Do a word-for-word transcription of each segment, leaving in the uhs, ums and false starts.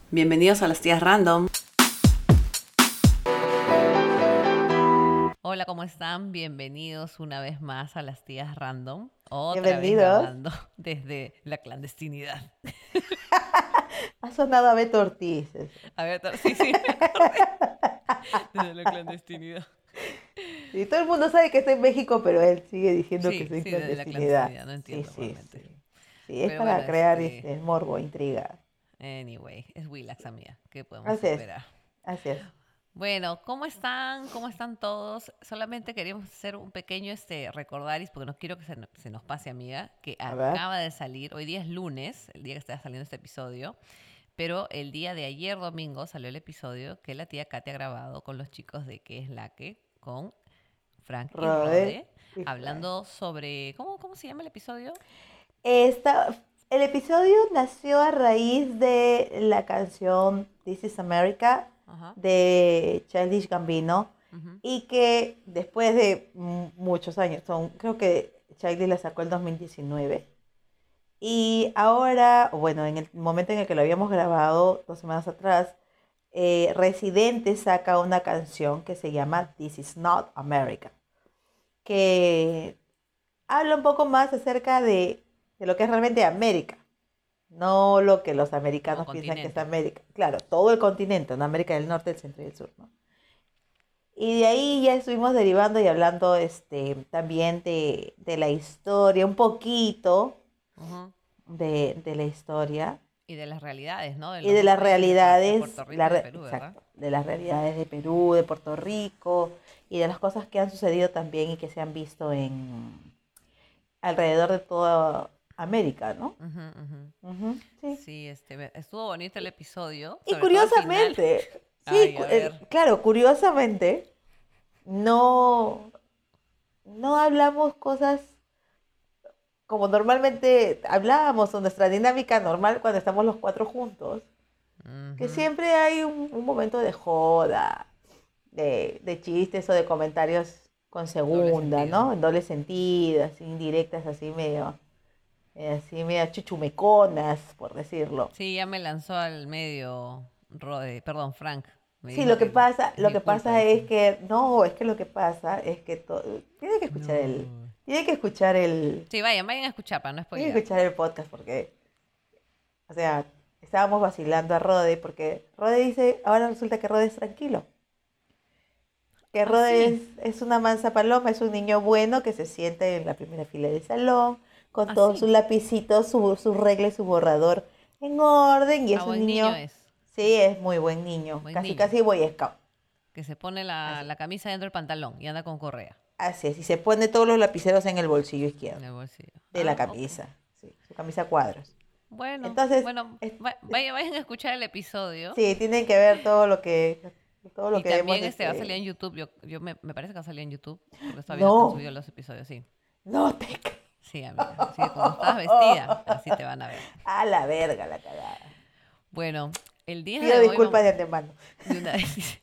Bienvenidos a las tías random. Hola, ¿cómo están? Bienvenidos una vez más a las tías random. Otra vez Bienvenidos. grabando desde la clandestinidad. Ha sonado a Beto Ortiz eso. A ver, tor- sí, sí, me acordé. Desde la clandestinidad. Y todo el mundo sabe que está en México, pero él sigue diciendo que Sí, está en sí, desde la clandestinidad. clandestinidad, no Sí, entiendo sí, realmente. sí. Sí, es Pero para bueno, crear este... este morbo, intriga. Anyway, es Willax, amiga. ¿Qué podemos Así es, esperar? así es. Bueno, ¿cómo están? ¿Cómo están todos? Solamente queríamos hacer un pequeño este recordaris, porque no quiero que se, no- se nos pase, amiga, que A ver. acaba de salir, hoy día es lunes, el día que está saliendo este episodio, pero el día de ayer domingo salió el episodio que la tía Katy ha grabado con los chicos de ¿Qué es la que? Con Frank y Rode Rode, y Frank. hablando sobre, ¿cómo, cómo se llama el episodio? Esta, el episodio nació a raíz de la canción This is America Ajá. de Childish Gambino Ujú. y que después de mm, muchos años, son, creo que Childish la sacó en dos mil diecinueve. Y ahora, o bueno, en el momento en el que lo habíamos grabado dos semanas atrás, eh, Residente saca una canción que se llama This is Not America, que habla un poco más acerca de, de lo que es realmente América, no lo que los Como americanos piensan que es continente. América. Claro, todo el continente, ¿no? América del Norte, el Centro y el Sur, ¿no? Y de ahí ya estuvimos derivando y hablando este, también de, de la historia, un poquito Ujú. de, de la historia. Y de las realidades, ¿no? De Y los de dos las países, de, Pu- de realidades, Puerto Rico la y de re- Perú, ¿verdad? exacto, de las realidades de Perú, de Puerto Rico y de las cosas que han sucedido también y que se han visto en alrededor de toda América, ¿no? Ujú, ujú. Ujú, sí. Sí, este, me- estuvo bonito el episodio, Y sobre todo el final. curiosamente, sí, Ay, cu- a el- ver. claro, curiosamente, no, no hablamos cosas como normalmente hablábamos o nuestra dinámica normal cuando estamos los cuatro juntos, que Ujú. siempre hay un, un momento de joda, de, de chistes o de comentarios con Doble segunda, sentido. ¿no? En doble sentido, así indirectas, así medio, eh, así medio chuchumeconas, por decirlo. Sí, ya me lanzó al medio, Rode, perdón, Frank. Me Sí, dijo lo que que pasa, es lo mi que culpa, pasa es dice. que, no, es que lo que pasa es que to- tiene que escuchar el, No. tiene que escuchar el, Sí, vayan, vayan a escuchar para no tiene que spoilear. escuchar el podcast porque, o sea, estábamos vacilando a Rode porque Rode dice, ahora resulta que Rode es tranquilo. Que Ah, Rode es, sí, es una mansa paloma, es un niño bueno que se sienta en la primera fila del salón, con ah, todos sus sí. lapicitos, su, su regla y su borrador en orden, y A es un buen niño niño, es. sí, es muy buen niño, Buen casi niño. casi Boy Scout. Que se pone la, Así, la camisa dentro del pantalón y anda con correa así es, y se pone todos los lapiceros en el bolsillo en izquierdo el bolsillo. de la Ah, ok. camisa, sí, su camisa a cuadros. Bueno, Entonces, bueno, es- va- es- vayan, vayan a escuchar el episodio. sí, tienen que ver todo lo que, todo lo Y que vemos, también este va a salir este, en YouTube. Yo, yo me, me parece que va a salir en YouTube. Porque estaba viendo que han no, subido los episodios, sí. no te creo. Sí, amiga. Así que como estabas vestida, así te van a ver. A la verga la cagada. Bueno, el día Pido de hoy disculpas vamos... de antemano. De una vez.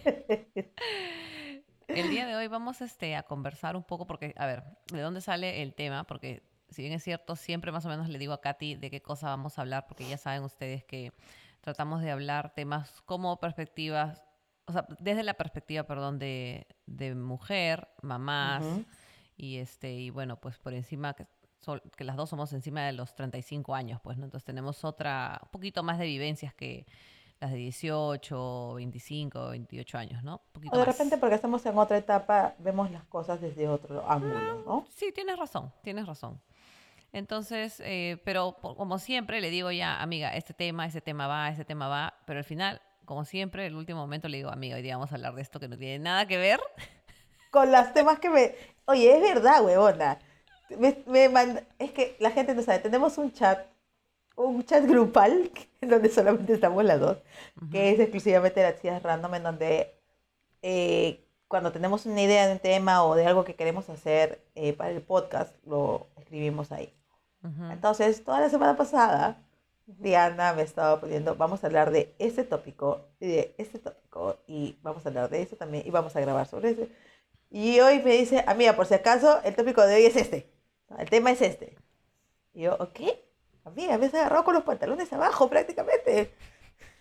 El día de hoy vamos este, a conversar un poco porque, a ver, ¿de dónde sale el tema? Porque si bien es cierto, siempre más o menos le digo a Katy de qué cosa vamos a hablar, porque ya saben ustedes que tratamos de hablar temas como perspectivas, o sea, desde la perspectiva, perdón, de, de mujer, mamás, Ujú. y este, y bueno, pues por encima que, sol- que las dos somos encima de los treinta y cinco años, pues, ¿no? Entonces tenemos otra, un poquito más de vivencias que las de dieciocho, veinticinco, veintiocho años, ¿no? Un O poquito de repente más. porque estamos en otra etapa, vemos las cosas desde otro ángulo, ¿no? Sí, tienes razón, tienes razón. Entonces, eh, pero po- como siempre le digo ya, amiga, este tema, este tema va, este tema va, pero al final, como siempre, el último momento le digo, amiga, hoy día vamos a hablar de esto que no tiene nada que ver. Con los temas que me... Oye, es verdad, huevona. Me, me manda- Es que la gente no sabe, tenemos un chat, un chat grupal, en donde solamente estamos las dos, que Ujú, es exclusivamente de las chicas random, en donde eh, cuando tenemos una idea de un tema o de algo que queremos hacer eh, para el podcast, lo escribimos ahí. ujú. Entonces, toda la semana pasada, Diana me estaba poniendo, vamos a hablar de este tópico y de este tópico y vamos a hablar de eso también y vamos a grabar sobre ese. Y hoy me dice, amiga, por si acaso, el tópico de hoy es este. El tema es este. Y yo, ¿ok? Amiga, me has agarrado con los pantalones abajo prácticamente.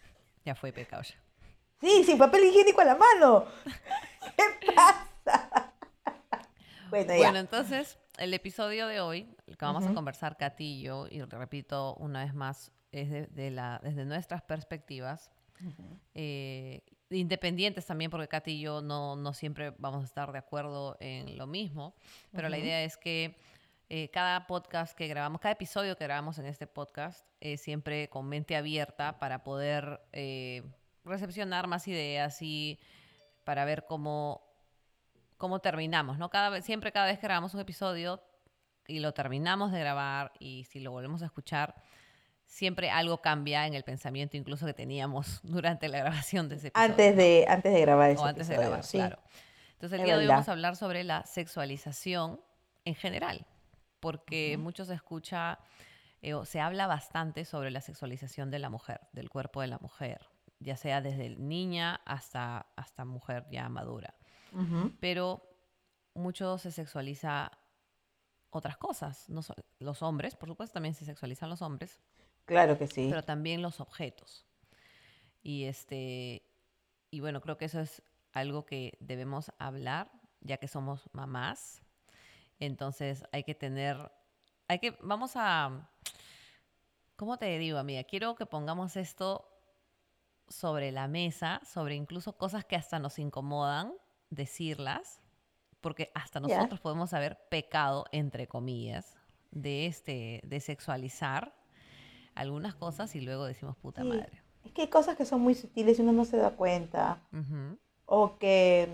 Ya fue pecado ya. Sí, sin papel higiénico a la mano. ¿Qué pasa? Bueno, Bueno, ya. entonces, el episodio de hoy, el que vamos a Ujú, conversar Katy y yo, y repito una vez más, es de, de la, desde nuestras perspectivas, ujú, eh, independientes también, porque Katy y yo no, no siempre vamos a estar de acuerdo en lo mismo, pero la ujú. idea es que eh, cada podcast que grabamos, cada episodio que grabamos en este podcast, es siempre con mente abierta para poder eh, recepcionar más ideas y para ver cómo, cómo terminamos, ¿no? Cada vez, siempre cada vez que grabamos un episodio y lo terminamos de grabar y si lo volvemos a escuchar, siempre algo cambia en el pensamiento incluso que teníamos durante la grabación de ese episodio, Antes ¿no? de, antes de grabar O ese antes de episodio, grabar, sí, claro. Entonces el es día de hoy vamos verdad. a hablar sobre la sexualización en general, porque Ujú. mucho se escucha eh, o se habla bastante sobre la sexualización de la mujer, del cuerpo de la mujer, ya sea desde niña hasta, hasta mujer ya madura. Ujú. Pero mucho se sexualiza otras cosas. No so- los hombres, por supuesto, también se sexualizan los hombres, Claro que sí. pero también los objetos. Y este, y bueno, creo que eso es algo que debemos hablar, ya que somos mamás. Entonces hay que tener, hay que, vamos a, ¿cómo te digo, amiga? Quiero que pongamos esto sobre la mesa, sobre incluso cosas que hasta nos incomodan decirlas, porque hasta Ya. nosotros podemos haber pecado, entre comillas, de este, de sexualizar algunas cosas y luego decimos puta Sí. madre. Es que hay cosas que son muy sutiles y uno no se da cuenta. Ujú. O que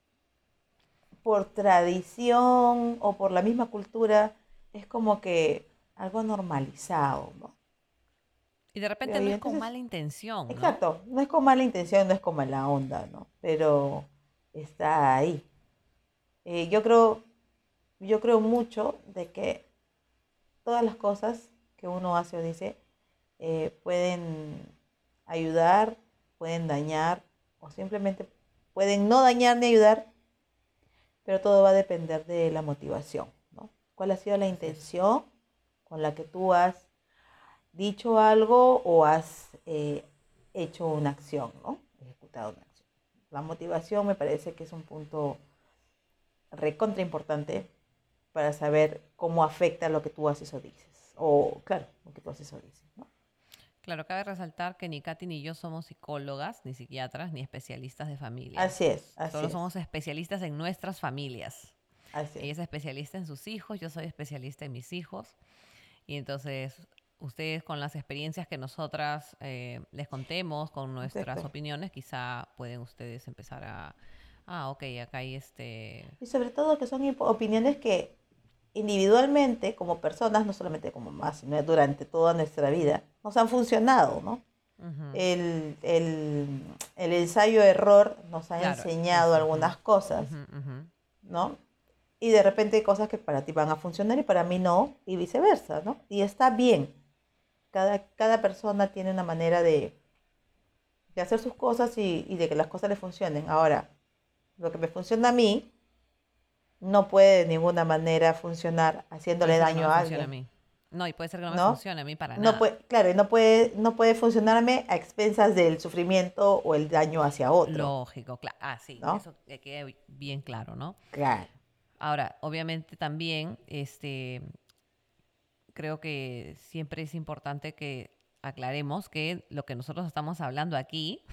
por tradición o por la misma cultura es como que algo normalizado, ¿no? Y de repente Creo no yo. es con Entonces, mala intención, ¿no? exacto, no es con mala intención, no es con mala onda, ¿no? Pero está ahí. Eh, yo creo, yo creo mucho de que todas las cosas que uno hace o dice eh, pueden ayudar, pueden dañar o simplemente pueden no dañar ni ayudar, pero todo va a depender de la motivación, ¿no? ¿Cuál ha sido la Así es. intención con la que tú has dicho algo o has eh, hecho una acción, ¿no? Ejecutado una acción. La motivación me parece que es un punto recontra importante para saber cómo afecta lo que tú haces o dices. O, claro, lo que tú haces o dices, ¿no? Claro, cabe resaltar que ni Katy ni yo somos psicólogas, ni psiquiatras, ni especialistas de familia. Así es, así Solo es, somos especialistas en nuestras familias. así es. Ella es especialista en sus hijos, yo soy especialista en mis hijos. Y entonces, ustedes con las experiencias que nosotras eh, les contemos, con nuestras Exacto. opiniones, quizá pueden ustedes empezar a, ah, ok, acá hay este... Y sobre todo que son op- opiniones que individualmente, como personas, no solamente como más, sino durante toda nuestra vida, nos han funcionado, ¿no? Ujú. El, el, el ensayo-error nos ha Claro, enseñado eso. Ujú, algunas cosas, ujú, ujú. ¿no? Y de repente hay cosas que para ti van a funcionar y para mí no, y viceversa, ¿no? Y está bien. Cada, cada persona tiene una manera de, de hacer sus cosas y, y de que las cosas le funcionen. Ahora, lo que me funciona a mí no puede de ninguna manera funcionar Puede haciéndole ser que no daño me a funcione a alguien, mí. No, y puede ser que no me ¿no? funcione a mí para No nada. puede, claro, y no puede, no puede funcionarme a expensas del sufrimiento o el daño hacia otro, Lógico, claro. Ah, sí, ¿no? eso que quede bien claro, ¿no? Claro. Ahora, obviamente también, este, creo que siempre es importante que aclaremos que lo que nosotros estamos hablando aquí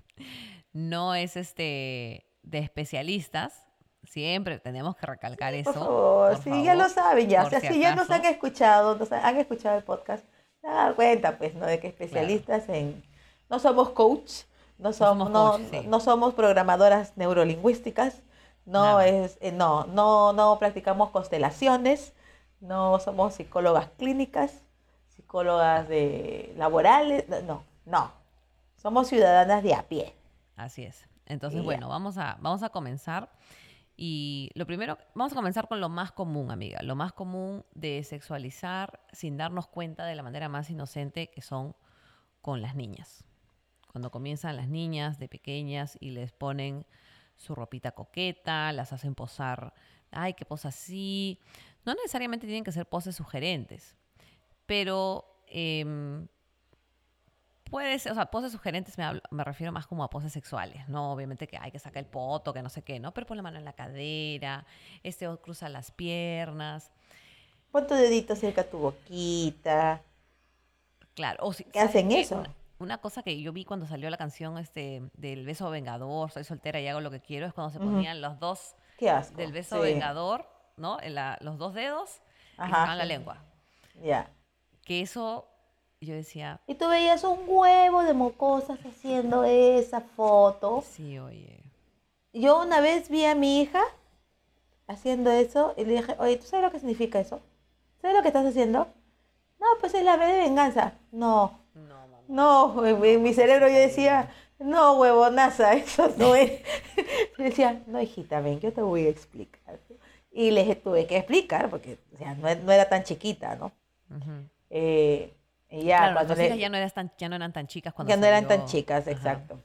no es este de especialistas. Siempre tenemos que recalcar Por eso, favor, por sí, ya lo favor, saben, ya. O por sea, si si ya nos han acaso. escuchado, nos han escuchado el podcast, se dan cuenta, pues, ¿no? De que Claro, especialistas en... No somos coach, no no somos somos, coach, no, no sí, no somos programadoras neurolingüísticas, no nada. es, eh, no, no, no practicamos constelaciones, no somos psicólogas clínicas, psicólogas No, de laborales, no, no, no. Somos ciudadanas de a pie. así es. Entonces, Y ya. bueno, vamos a, vamos a comenzar. Y lo primero, vamos a comenzar con lo más común, amiga. Lo más común de sexualizar sin darnos cuenta de la manera más inocente que son con las niñas. Cuando comienzan las niñas de pequeñas y les ponen su ropita coqueta, las hacen posar, ay, qué posa así. No necesariamente tienen que ser poses sugerentes, pero em, Puede ser, o sea, poses sugerentes me, hablo- me refiero más como a poses sexuales, ¿no? Obviamente que hay que sacar el poto, que no sé qué, ¿no? Pero pon la mano en la cadera, este o cruza las piernas. Pon tu dedito cerca a tu boquita. Claro, o si, ¿Qué ¿sabes hacen qué? eso? Una, una cosa que yo vi cuando salió la canción este, del beso vengador, soy soltera y hago lo que quiero, es cuando se Ujú. ponían los dos Qué del asco. beso Sí. vengador, ¿no? En la- los dos dedos y Ajá, sacaban la sí, sí. lengua. Ya. Que eso, yo decía, Y tú veías un huevo de mocosas haciendo esa foto. sí, oye. Yo una vez vi a mi hija haciendo eso y le dije, oye, ¿tú sabes lo que significa eso? ¿Sabes lo que estás haciendo? No, pues es la B de venganza. No, No, mamá. no, en, No, en mi cerebro yo mamacita decía, linda. no, huevonaza, eso no es. Yo decía, no, hijita, ven, yo te voy a explicar. Y les tuve que explicar, porque o sea, no, no era tan chiquita, ¿no? Ujú. Eh, y ya, Claro, cuando nuestras hijas ya le, no, eran tan, ya no eran tan chicas cuando ya no eran tan salió. chicas, Ajá. exacto,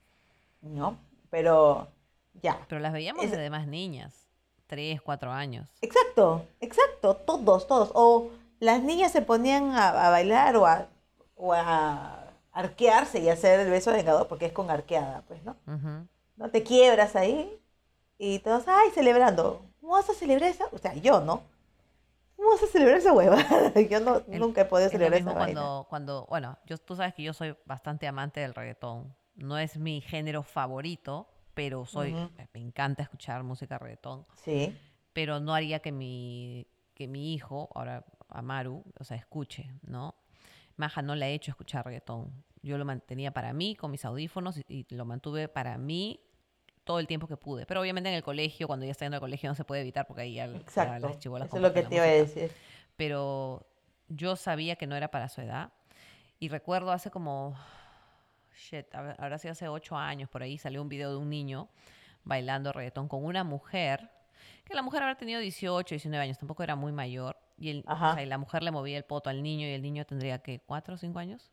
¿no? Pero ya. Pero las veíamos Es, desde más niñas, tres, cuatro años. exacto, exacto, todos, todos. O las niñas se ponían a, a bailar o a, o a arquearse y hacer el beso vengador, porque es con arqueada, pues, ¿no? Ujú. No te quiebras ahí y todos, ay, celebrando. ¿Cómo vas a celebrar esa? O sea, yo, ¿no? ¿Cómo vas a celebrar esa huevada? Yo no, El- nunca he podido es lo celebrar esa mismo vaina. cuando, cuando, bueno, yo, tú sabes que yo soy bastante amante del reggaetón. No es mi género favorito, pero soy, Ujú. me encanta escuchar música reggaetón. Sí, Pero no haría que mi, que mi hijo, ahora Amaru, o sea, escuche, ¿no? Maja no le ha hecho escuchar reggaetón. Yo lo mantenía para mí con mis audífonos y, y lo mantuve para mí todo el tiempo que pude. Pero obviamente en el colegio, cuando ya está yendo al colegio, no se puede evitar porque ahí ya, ya las exacto. chibolas Eso es lo comparten que la te iba a música. decir. Pero yo sabía que no era para su edad. Y recuerdo hace como, shit, hab- habrá sido hace ocho años, por ahí salió un video de un niño bailando reggaetón con una mujer, que la mujer habrá tenido dieciocho, diecinueve años, tampoco era muy mayor. Y, el, o sea, y Ajá. la mujer le movía el poto al niño y el niño tendría que cuatro o cinco años.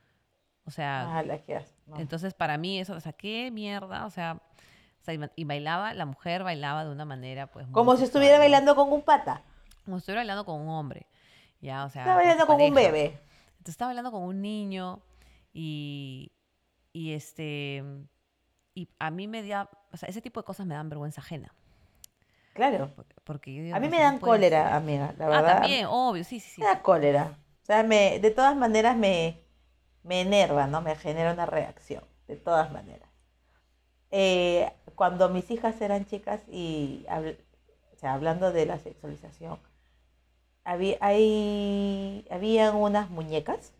O sea, Ah, la que has- no. entonces para mí eso, o sea, qué mierda, o sea, o sea, y ma- y bailaba, la mujer bailaba de una manera pues muy Como si estuviera sexual, ¿no? bailando con un pata. Como si estuviera bailando con un hombre, ya, o Estaba sea, con su bailando con un pareja. bebé. Entonces estaba hablando con un niño y, y este, y a mí me da, o sea, ese tipo de cosas me dan vergüenza ajena. Claro. por- Porque yo digo, A mí o me sea, no dan puede cólera, ser. amiga, la Ah, verdad. también, obvio, sí, sí, Me sí, da sí. cólera. O sea, me, de todas maneras me, me enerva, ¿no? Me genera una reacción. De todas maneras. Eh, cuando mis hijas eran chicas y habl- o sea, hablando de la sexualización, había, hay, habían unas muñecas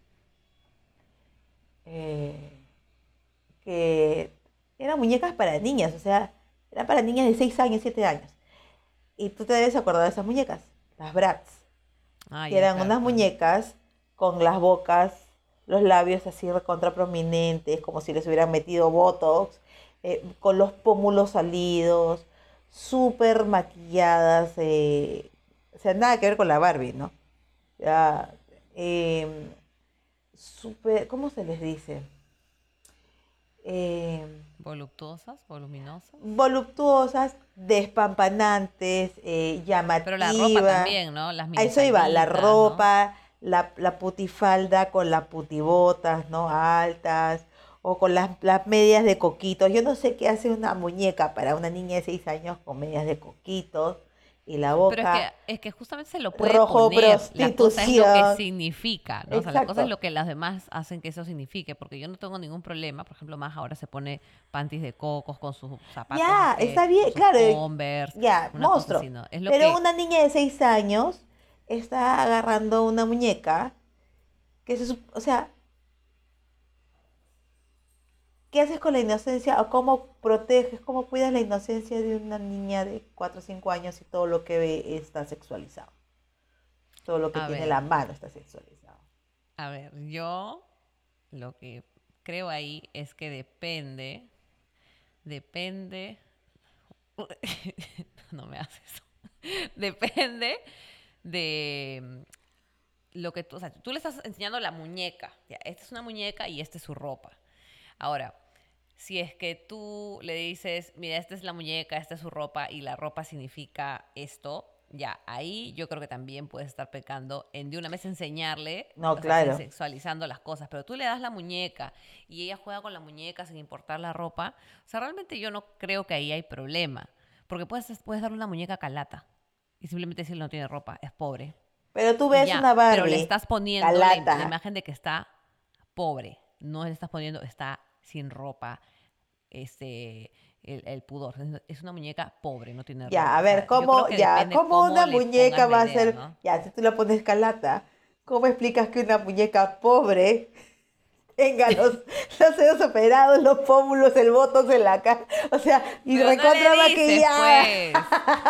eh, que eran muñecas para niñas, o sea, eran para niñas de seis años, siete años. Y tú te debes acordar de esas muñecas, las Bratz, Ah, que ya, eran claro, unas claro. muñecas con las bocas, los labios así recontra prominentes, como si les hubieran metido Botox, eh, con los pómulos salidos, súper maquilladas, eh, o sea, nada que ver con la Barbie, ¿no? Ya, em, súper, ¿cómo se les dice? Em, Voluptuosas, voluminosas. voluptuosas, despampanantes, eh, Pero la ropa llamativas. también, ¿no? Las A eso iba, la minifalditas, ¿no? ropa, la, la putifalda con las putibotas, ¿no? Altas, o con las, las medias de coquitos. Yo no sé qué hace una muñeca para una niña de seis años con medias de coquitos y la Pero es que, boca es que justamente se lo puede rojo poner. La cosa es lo que prostitución. significa, ¿no? O sea, la cosa es Exacto. lo que las demás hacen que eso signifique. Porque yo no tengo ningún problema. Por ejemplo, más ahora se pone panties de cocos con sus zapatos, Ya, este, está con bien, sus claro, eh, Converse, ya, una cosa monstruo. así, ¿no? Es lo Pero que, una niña de seis años está agarrando una muñeca que se, sup- o sea, ¿qué haces con la inocencia o cómo proteges, cómo cuidas la inocencia de una niña de cuatro o cinco años y todo lo que ve está sexualizado? Todo lo que a tiene ver, la mano está sexualizado. a ver, yo lo que creo ahí es que depende, depende, no me haces eso, depende de mm, lo que tú, o sea, tú le estás enseñando la muñeca, ya, esta es una muñeca y esta es su ropa. Ahora, si es que tú le dices, mira, esta es la muñeca, esta es su ropa y la ropa significa esto, ya, ahí yo creo que también puedes estar pecando en de una vez enseñarle, No, o sea, claro. sexualizando las cosas, pero tú le das la muñeca y ella juega con la muñeca sin importar la ropa, o sea, realmente yo no creo que ahí hay problema, porque puedes, puedes darle una muñeca calata y simplemente decirle no tiene ropa, es pobre, Pero tú y ves ya, una pero le Barbie estás poniendo la, im- la calata. imagen de que está pobre, no le estás poniendo, está sin ropa, este, el, el pudor. Es una muñeca pobre, no tiene Ya, ropa. a O ver, sea, yo creo ¿cómo, que ya, depende cómo cómo una le pongas muñeca la va a idea, ser, ¿no? ya, si tú la pones calata, ¿cómo explicas que una muñeca pobre tenga los, los senos operados, los pómulos, el botox en la cara? O sea, y Pero no recontra le dices, maquillada. pues.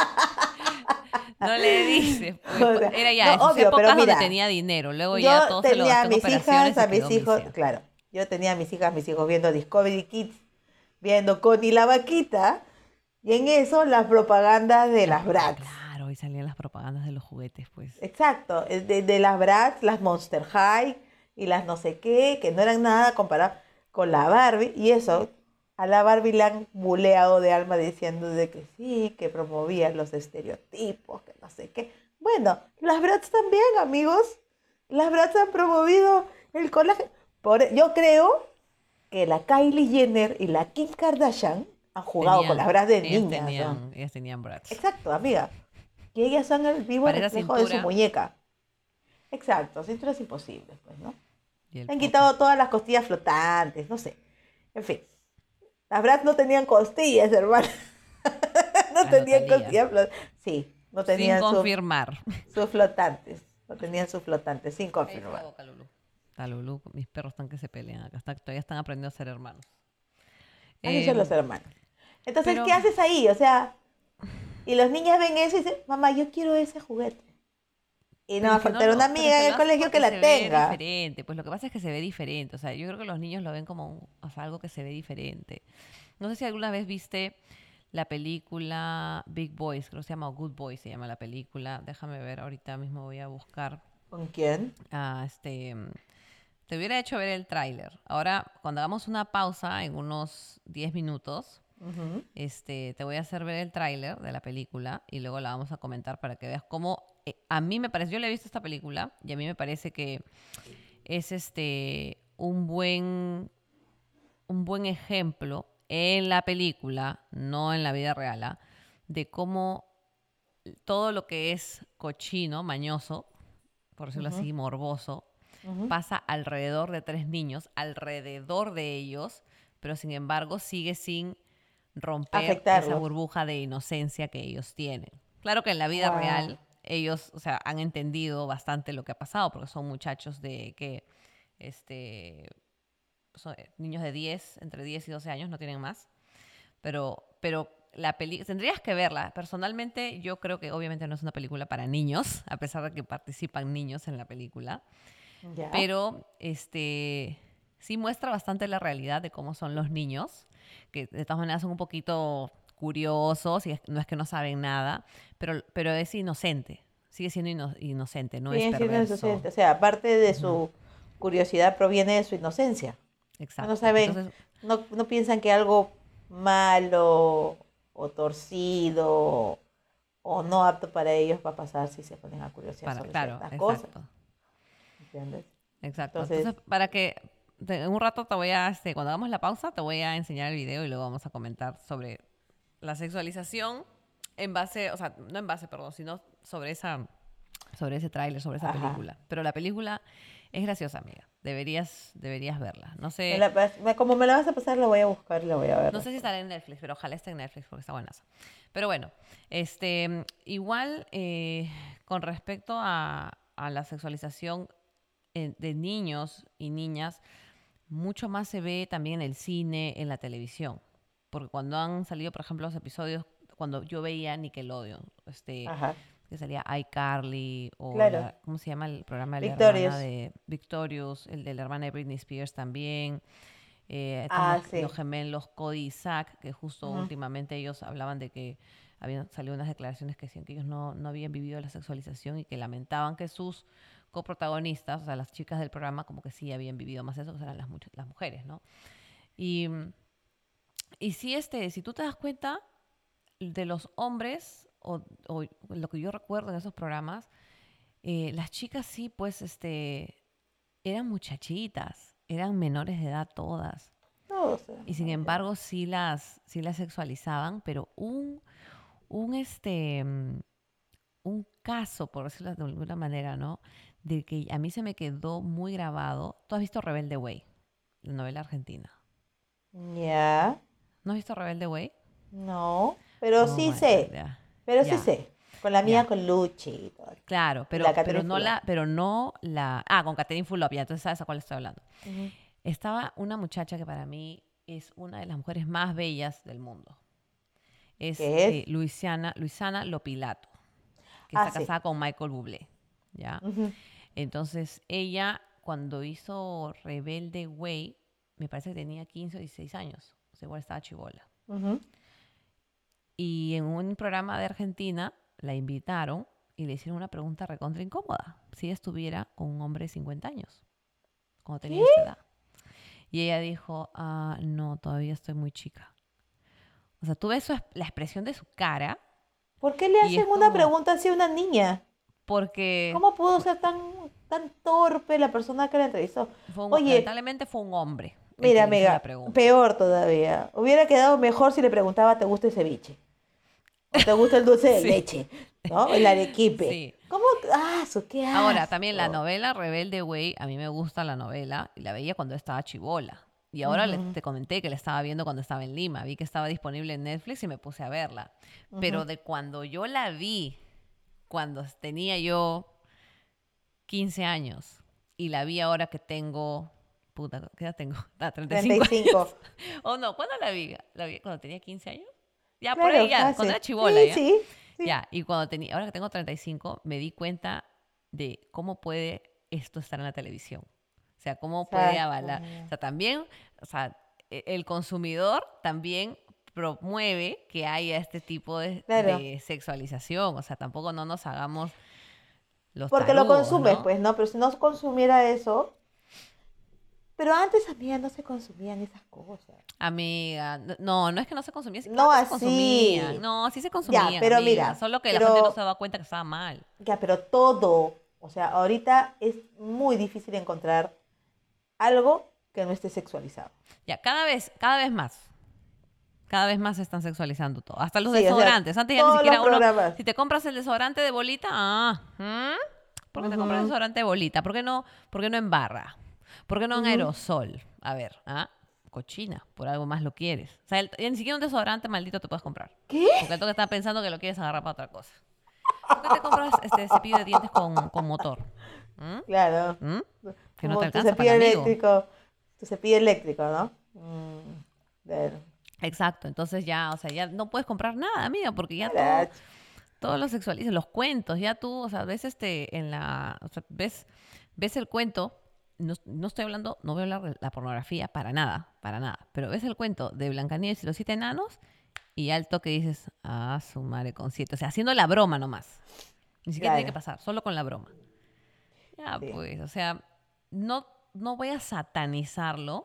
No le dices, pues. O sea, Era ya no, en sus obvio, pero épocas donde mira, tenía dinero. Luego ya yo todo se lo tenía gastó a en mis hijas, operaciones a y quedó mis hijos, mísera. claro, yo tenía a mis hijas, mis hijos viendo Discovery Kids, viendo Connie la vaquita, y en eso las propagandas de Las las propa- Bratz. claro, y salían las propagandas de los juguetes, pues. Exacto, eh, de, de las Bratz, las Monster High y las no sé qué, que no eran nada comparadas con la Barbie, y eso, a la Barbie le han buleado de alma diciendo de que sí, que promovía los estereotipos, que no sé qué. Bueno, las Bratz también, amigos, las Bratz han promovido el colágeno. Por, yo creo que la Kylie Jenner y la Kim Kardashian han jugado con las Tenían, Bratz de ellas niñas, ¿no? tenían, ellas tenían brats. Exacto, amiga. Y ellas son el vivo Para esa reflejo de su cintura muñeca. Exacto, cinturas imposibles, pues, ¿no? y el Le han poto. quitado todas las costillas flotantes, no sé. En fin, las Bratz no tenían costillas, hermano. No Las tenían Notalía. costillas flotantes. Sí, no Sin tenían sus confirmar. sus flotantes. No tenían sus flotantes, sin Cállate la confirmar. boca, Lulu. Está Lulu, mis perros están que se pelean acá. Están- todavía están aprendiendo a ser hermanos. Así son los Em, hermanos. Entonces, pero ¿qué haces ahí? O sea, y los niños ven eso y dicen, mamá, yo quiero ese juguete. Y no Pero va a es que no faltar una lo, pero es amiga que en lo el hacen colegio que porque la se ve tenga. diferente. Pues lo que pasa es que se ve diferente. O sea, yo creo que los niños lo ven como un- o sea, algo que se ve diferente. No sé si alguna vez viste la película Big Boys, creo que se llama o Good Boys, se llama la película. Déjame ver, ahorita mismo voy a buscar. ¿Con quién? Ah, este, mm, te hubiera hecho ver el tráiler. Ahora, cuando hagamos una pausa en unos diez minutos, Ujú. este, te voy a hacer ver el tráiler de la película y luego la vamos a comentar para que veas cómo eh, a mí me parece, yo le he visto esta película y a mí me parece que es este un buen un buen ejemplo en la película, no en la vida real, ¿ah? De cómo todo lo que es cochino, mañoso, por decirlo Ujú, así, morboso, ujú. pasa alrededor de tres niños, alrededor de ellos, pero sin embargo sigue sin romper esa Afectarlos. burbuja de inocencia que ellos tienen. Claro que en la vida Wow. real ellos, o sea, han entendido bastante lo que ha pasado, porque son muchachos de que, este, son eh, niños de diez, entre diez y doce años, no tienen más, pero, pero la peli tendrías que verla. Personalmente, yo creo que obviamente no es una película para niños, a pesar de que participan niños en la película, Ya. pero este sí muestra bastante la realidad de cómo son los niños, que de todas maneras son un poquito curiosos y es- no es que no saben nada, pero, pero es inocente, sigue siendo ino- inocente, no es Siguen siendo perverso. inocentes. O sea, aparte de Ujú, su curiosidad proviene de su inocencia. No exacto. saben, Entonces, no, no piensan que algo malo o torcido o no apto para ellos va a pasar si se ponen a curiosidad para, sobre claro, ciertas cosas. exacto, ¿Entiendes? exacto. Entonces, Entonces, para que te- en un rato te voy a, este, cuando hagamos la pausa, te voy a enseñar el video y luego vamos a comentar sobre la sexualización en base, o sea, no en base, perdón, sino sobre esa sobre ese tráiler, sobre esa ajá. película. Pero la película es graciosa, amiga. Deberías, deberías verla. No Me sé, la pas- me- como me la vas a pasar, la voy a buscar y la voy a ver no sé si después. estará en Netflix, pero ojalá esté en Netflix porque está buenaza. Pero bueno, este, igual eh, con respecto a, a la sexualización eh, de niños y niñas, mucho más se ve también en el cine, en la televisión. Porque cuando han salido, por ejemplo, los episodios, cuando yo veía Nickelodeon, este, Ajá. que salía iCarly o Claro. la, ¿cómo se llama el programa de la hermana Victorious. de Victorious? El de la hermana de Britney Spears también. Eh, están Ah, los, los sí. gemelos Cody y Zack, que justo Ujú. últimamente ellos hablaban de que habían salido unas declaraciones que decían que ellos no, no habían vivido la sexualización y que lamentaban que sus coprotagonistas, o sea, las chicas del programa, como que sí habían vivido más eso, que eran las, much- las mujeres, ¿no? Y, y sí, este, si tú te das cuenta, de los hombres o, o lo que yo recuerdo en esos programas, eh, las chicas sí, pues, este, eran muchachitas, eran menores de edad todas. Todos eran Y sin menores de edad. embargo, sí las, sí las sexualizaban, pero un, un, este, mm, un caso, por decirlo de alguna manera, ¿no? De que a mí se me quedó muy grabado. ¿Tú has visto Rebelde Way, la novela argentina? Ya, ¿No has visto Rebelde Way? no, pero Oh sí my God, sé, ya. pero sí Ya, sé. Con la mía, ya. con Luchi y todo. Claro, Y la pero, pero Catherine no Fulop. la, pero no la. Ah, con Catherine Fulop, ya, entonces sabes a cuál estoy hablando. Ujú. Estaba una muchacha que para mí es una de las mujeres más bellas del mundo. Es ¿Qué eh, es? Luisiana, Luisana Lopilato, que Ah, está sí. casada con Michael Bublé, ¿ya? Ujú. Entonces, ella, cuando hizo Rebelde Way, me parece que tenía quince o dieciséis años. O sea, igual estaba chibola. Ujú. Y en un programa de Argentina la invitaron y le hicieron una pregunta recontra incómoda. Si ella estuviera con un hombre de cincuenta años, cuando ¿Qué? tenía esta edad. Y ella dijo, ah, no, todavía estoy muy chica. O sea, tú ves su, la expresión de su cara ¿Por qué le y hacen es una como, pregunta así a una niña? porque ¿Cómo pudo ser tan, tan torpe la persona que la entrevistó? fue un- Oye, lamentablemente fue un hombre el que mira, le hizo la amiga, pregunta. peor todavía. Hubiera quedado mejor si le preguntaba, ¿te gusta el ceviche? ¿O te gusta el dulce de Sí, leche? ¿No? El arequipe. sí. ¿Cómo? ¡Ah, su qué Ahora, también la asco! novela Rebelde Way, a mí me gusta la novela y la veía cuando estaba chibola. Y ahora le- Ujú, te comenté que la estaba viendo cuando estaba en Lima. Vi que estaba disponible en Netflix y me puse a verla. ujú. Pero de cuando yo la vi, cuando tenía yo quince años y la vi ahora que tengo, puta, ¿qué edad tengo? Ah, treinta y treinta y cinco cinco. años. ¿O no? ¿Cuándo la vi? ¿La vi cuando tenía quince años? Ya, por ahí, Claro, ya, cuando fácil. era chibola, Sí, ¿ya? sí, sí. Ya, y cuando tenía, ahora que tengo treinta y cinco, me di cuenta de cómo puede esto estar en la televisión. O sea, cómo puede Exacto. avalar. O sea, también, o sea, e- el consumidor también promueve que haya este tipo de, Claro. de sexualización. O sea, tampoco no nos hagamos los Porque lo tarugos, consumes, ¿no? pues, ¿no? Pero si no consumiera eso. Pero antes, amiga, no se consumían esas cosas. Amiga, n- no, no es que no se consumía, sí, claro No que se consumían. así. No, sí se Ya, consumían, pero amiga. mira, Solo que la gente no se pero daba cuenta que estaba mal. ya, pero todo, o sea, ahorita es muy difícil encontrar algo que no esté sexualizado. Ya, cada vez, cada vez más. Cada vez más se están sexualizando todo. Hasta los Sí, o sea, desodorantes. Antes ya ni todos los siquiera uno, programas. si te compras el desodorante de bolita, ah, ¿mm? ¿Por qué te compras el Ujú, desodorante de bolita? ¿Por qué no, por qué no en barra? ¿Por qué no en ujú. aerosol? A ver, ¿ah? Cochina, por algo más lo quieres. O sea, el- ni siquiera un desodorante maldito te puedes comprar. ¿Qué? Porque el toque está pensando que lo quieres agarrar para otra cosa. ¿Por qué te compras este cepillo de dientes con, con motor? ¿Mm? Claro. ¿Mm? Que no te Como tu alcanza para cepillo el amigo. eléctrico. Tu cepillo eléctrico, ¿no? Mm, claro. Exacto, entonces ya, o sea, ya no puedes comprar nada, amiga, porque ya todo, Caracho. todo lo sexualiza, los cuentos, ya tú, o sea, ves este en la, o sea, ves, ves el cuento, no, no estoy hablando, no voy a hablar de la pornografía para nada, para nada, pero ves el cuento de Blancanieves y los siete enanos y ya al toque dices, ah, su madre con siete, o sea, haciendo la broma nomás, ni siquiera tiene que Claro. pasar, solo con la broma. Ya, Sí. pues, o sea, no, no voy a satanizarlo,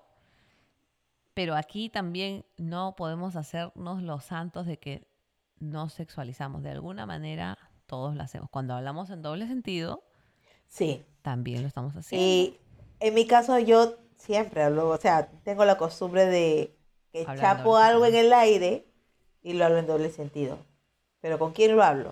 pero aquí también no podemos hacernos los santos de que no sexualizamos. De alguna manera todos lo hacemos. Cuando hablamos en doble sentido, Sí. también lo estamos haciendo. Y en mi caso yo siempre hablo, o sea, tengo la costumbre de que Hablar en doble chapo algo en sentido. el aire y lo hablo en doble sentido. Pero ¿con quién lo hablo?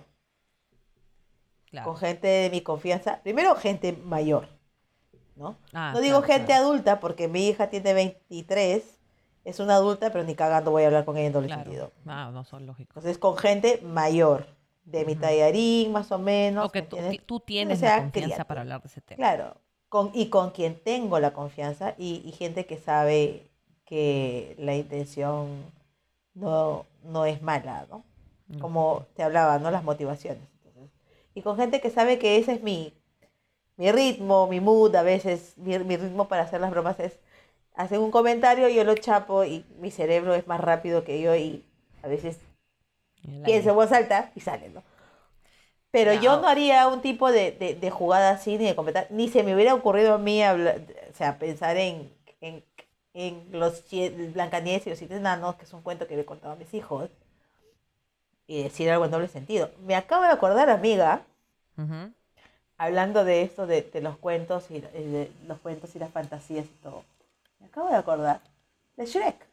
Con Claro. gente de mi confianza. Primero, gente mayor, ¿no? Ah, No digo claro, gente claro. adulta porque mi hija tiene veintitrés, es una adulta, pero ni cagando voy a hablar con ella en doble Claro. sentido. Ah, no son lógicos. Entonces, con gente mayor, de mi Ujú. tallarín, más o O menos, que ¿me tú, entiendes? ti- tú O tienes la sea, confianza para críate. hablar de ese tema. Claro, con, y con quien tengo la confianza y, y gente que sabe que la intención no, no es mala, ¿no? Como Lógico. te hablaba, ¿no? Las motivaciones. Entonces, y con gente que sabe que ese es mi, mi ritmo, mi mood, a veces mi, mi ritmo para hacer las bromas es, hacen un comentario, yo lo chapo y mi cerebro es más rápido que yo y a veces En el pienso aire. en voz alta y sale, ¿no? Pero Ya, yo ah, no haría un tipo de, de, de jugada así, ni de comentar, ni se me hubiera ocurrido a mí hablar, o sea, pensar en, en, en los sie- Blancanieves y los siete enanos, que es un cuento que le he contado a mis hijos. y decir algo en doble sentido. Me acabo de acordar, amiga, Ujú. hablando de esto de, de los cuentos y de los cuentos y las fantasías y todo. Me acabo de acordar de Shrek.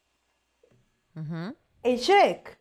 Ujú. En Shrek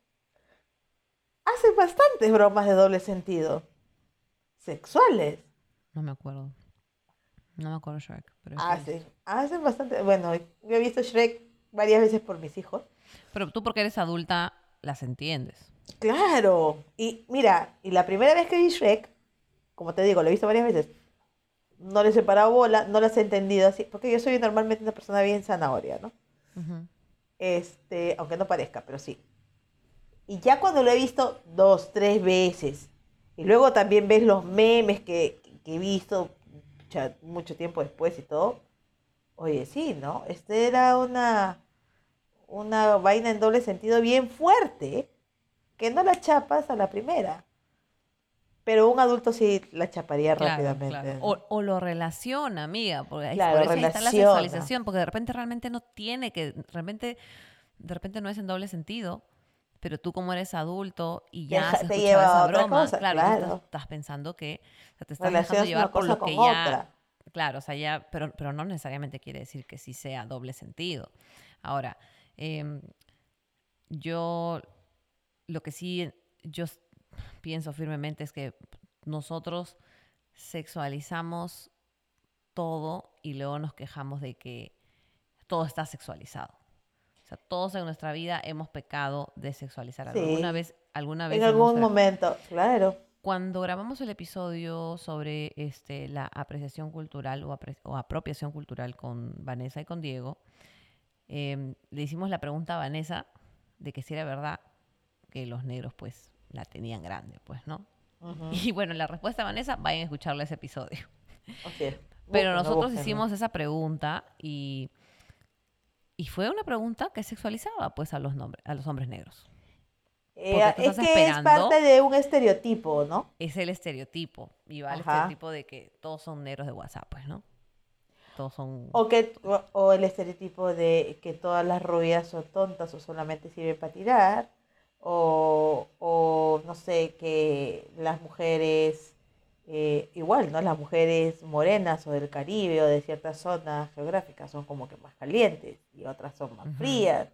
hace bastantes bromas de doble sentido, sexuales. No me acuerdo. No me acuerdo Shrek, pero sí he Hacen, visto. hacen bastante. Bueno, yo he visto Shrek varias veces por mis hijos. Pero tú porque eres adulta las entiendes. Claro. Y mira, y la primera vez que vi Shrek, como te digo, lo he visto varias veces, no les he parado bola, no las he entendido así, porque yo soy normalmente una persona bien zanahoria, ¿no? Ujú. Este, aunque no parezca, pero sí. Y ya cuando lo he visto dos, tres veces, y luego también ves los memes que, que he visto ya mucho tiempo después y todo, oye, sí, ¿no? Este era una, una vaina en doble sentido bien fuerte, que no la chapas a la primera. Pero un adulto sí la chaparía Claro, rápidamente, claro. O, ¿no? o lo relaciona, amiga, porque ahí- por Claro, eso ahí está la relaciona. sexualización, porque de repente realmente no tiene que, realmente, de repente no es en doble sentido, pero tú como eres adulto y Te, ya has ja- te escuchado lleva esa a otra broma, cosa, claro, y tú estás, claro. estás pensando que, o sea, te estás dejando Relacionas una llevar por cosa lo con que ya, otra. claro, o sea, ya, pero, pero no necesariamente quiere decir que sí sea doble sentido. Ahora, em, yo lo que sí, yo s- pienso firmemente es que nosotros sexualizamos todo y luego nos quejamos de que todo está sexualizado. O sea, todos en nuestra vida hemos pecado de sexualizar algo. Alguna Sí, vez, alguna en vez hemos... algún gra- momento, claro. Cuando grabamos el episodio sobre este, la apreciación cultural o, apre- o apropiación cultural con Vanessa y con Diego, eh, le hicimos la pregunta a Vanessa de que si era verdad que los negros pues la tenían grande, pues, ¿no? Ujú. Y bueno, la respuesta de Vanessa, vayan a escucharle ese episodio. O sea, Pero búsquenlo, nosotros búsquenlo. hicimos esa pregunta y, y fue una pregunta que sexualizaba pues a los, nombres, a los hombres negros. Porque Eh, tú es estás que es parte esperando, de un estereotipo, ¿no? es el estereotipo. Y va el Ajá. estereotipo de que todos son negros de WhatsApp, pues, ¿no? Todos son... O, que, o, o el estereotipo de que todas las rubias son tontas o solamente sirven para tirar. O, o no sé, que las mujeres, eh, igual, ¿no? Las mujeres morenas o del Caribe o de ciertas zonas geográficas son como que más calientes y otras son más Ujú. frías.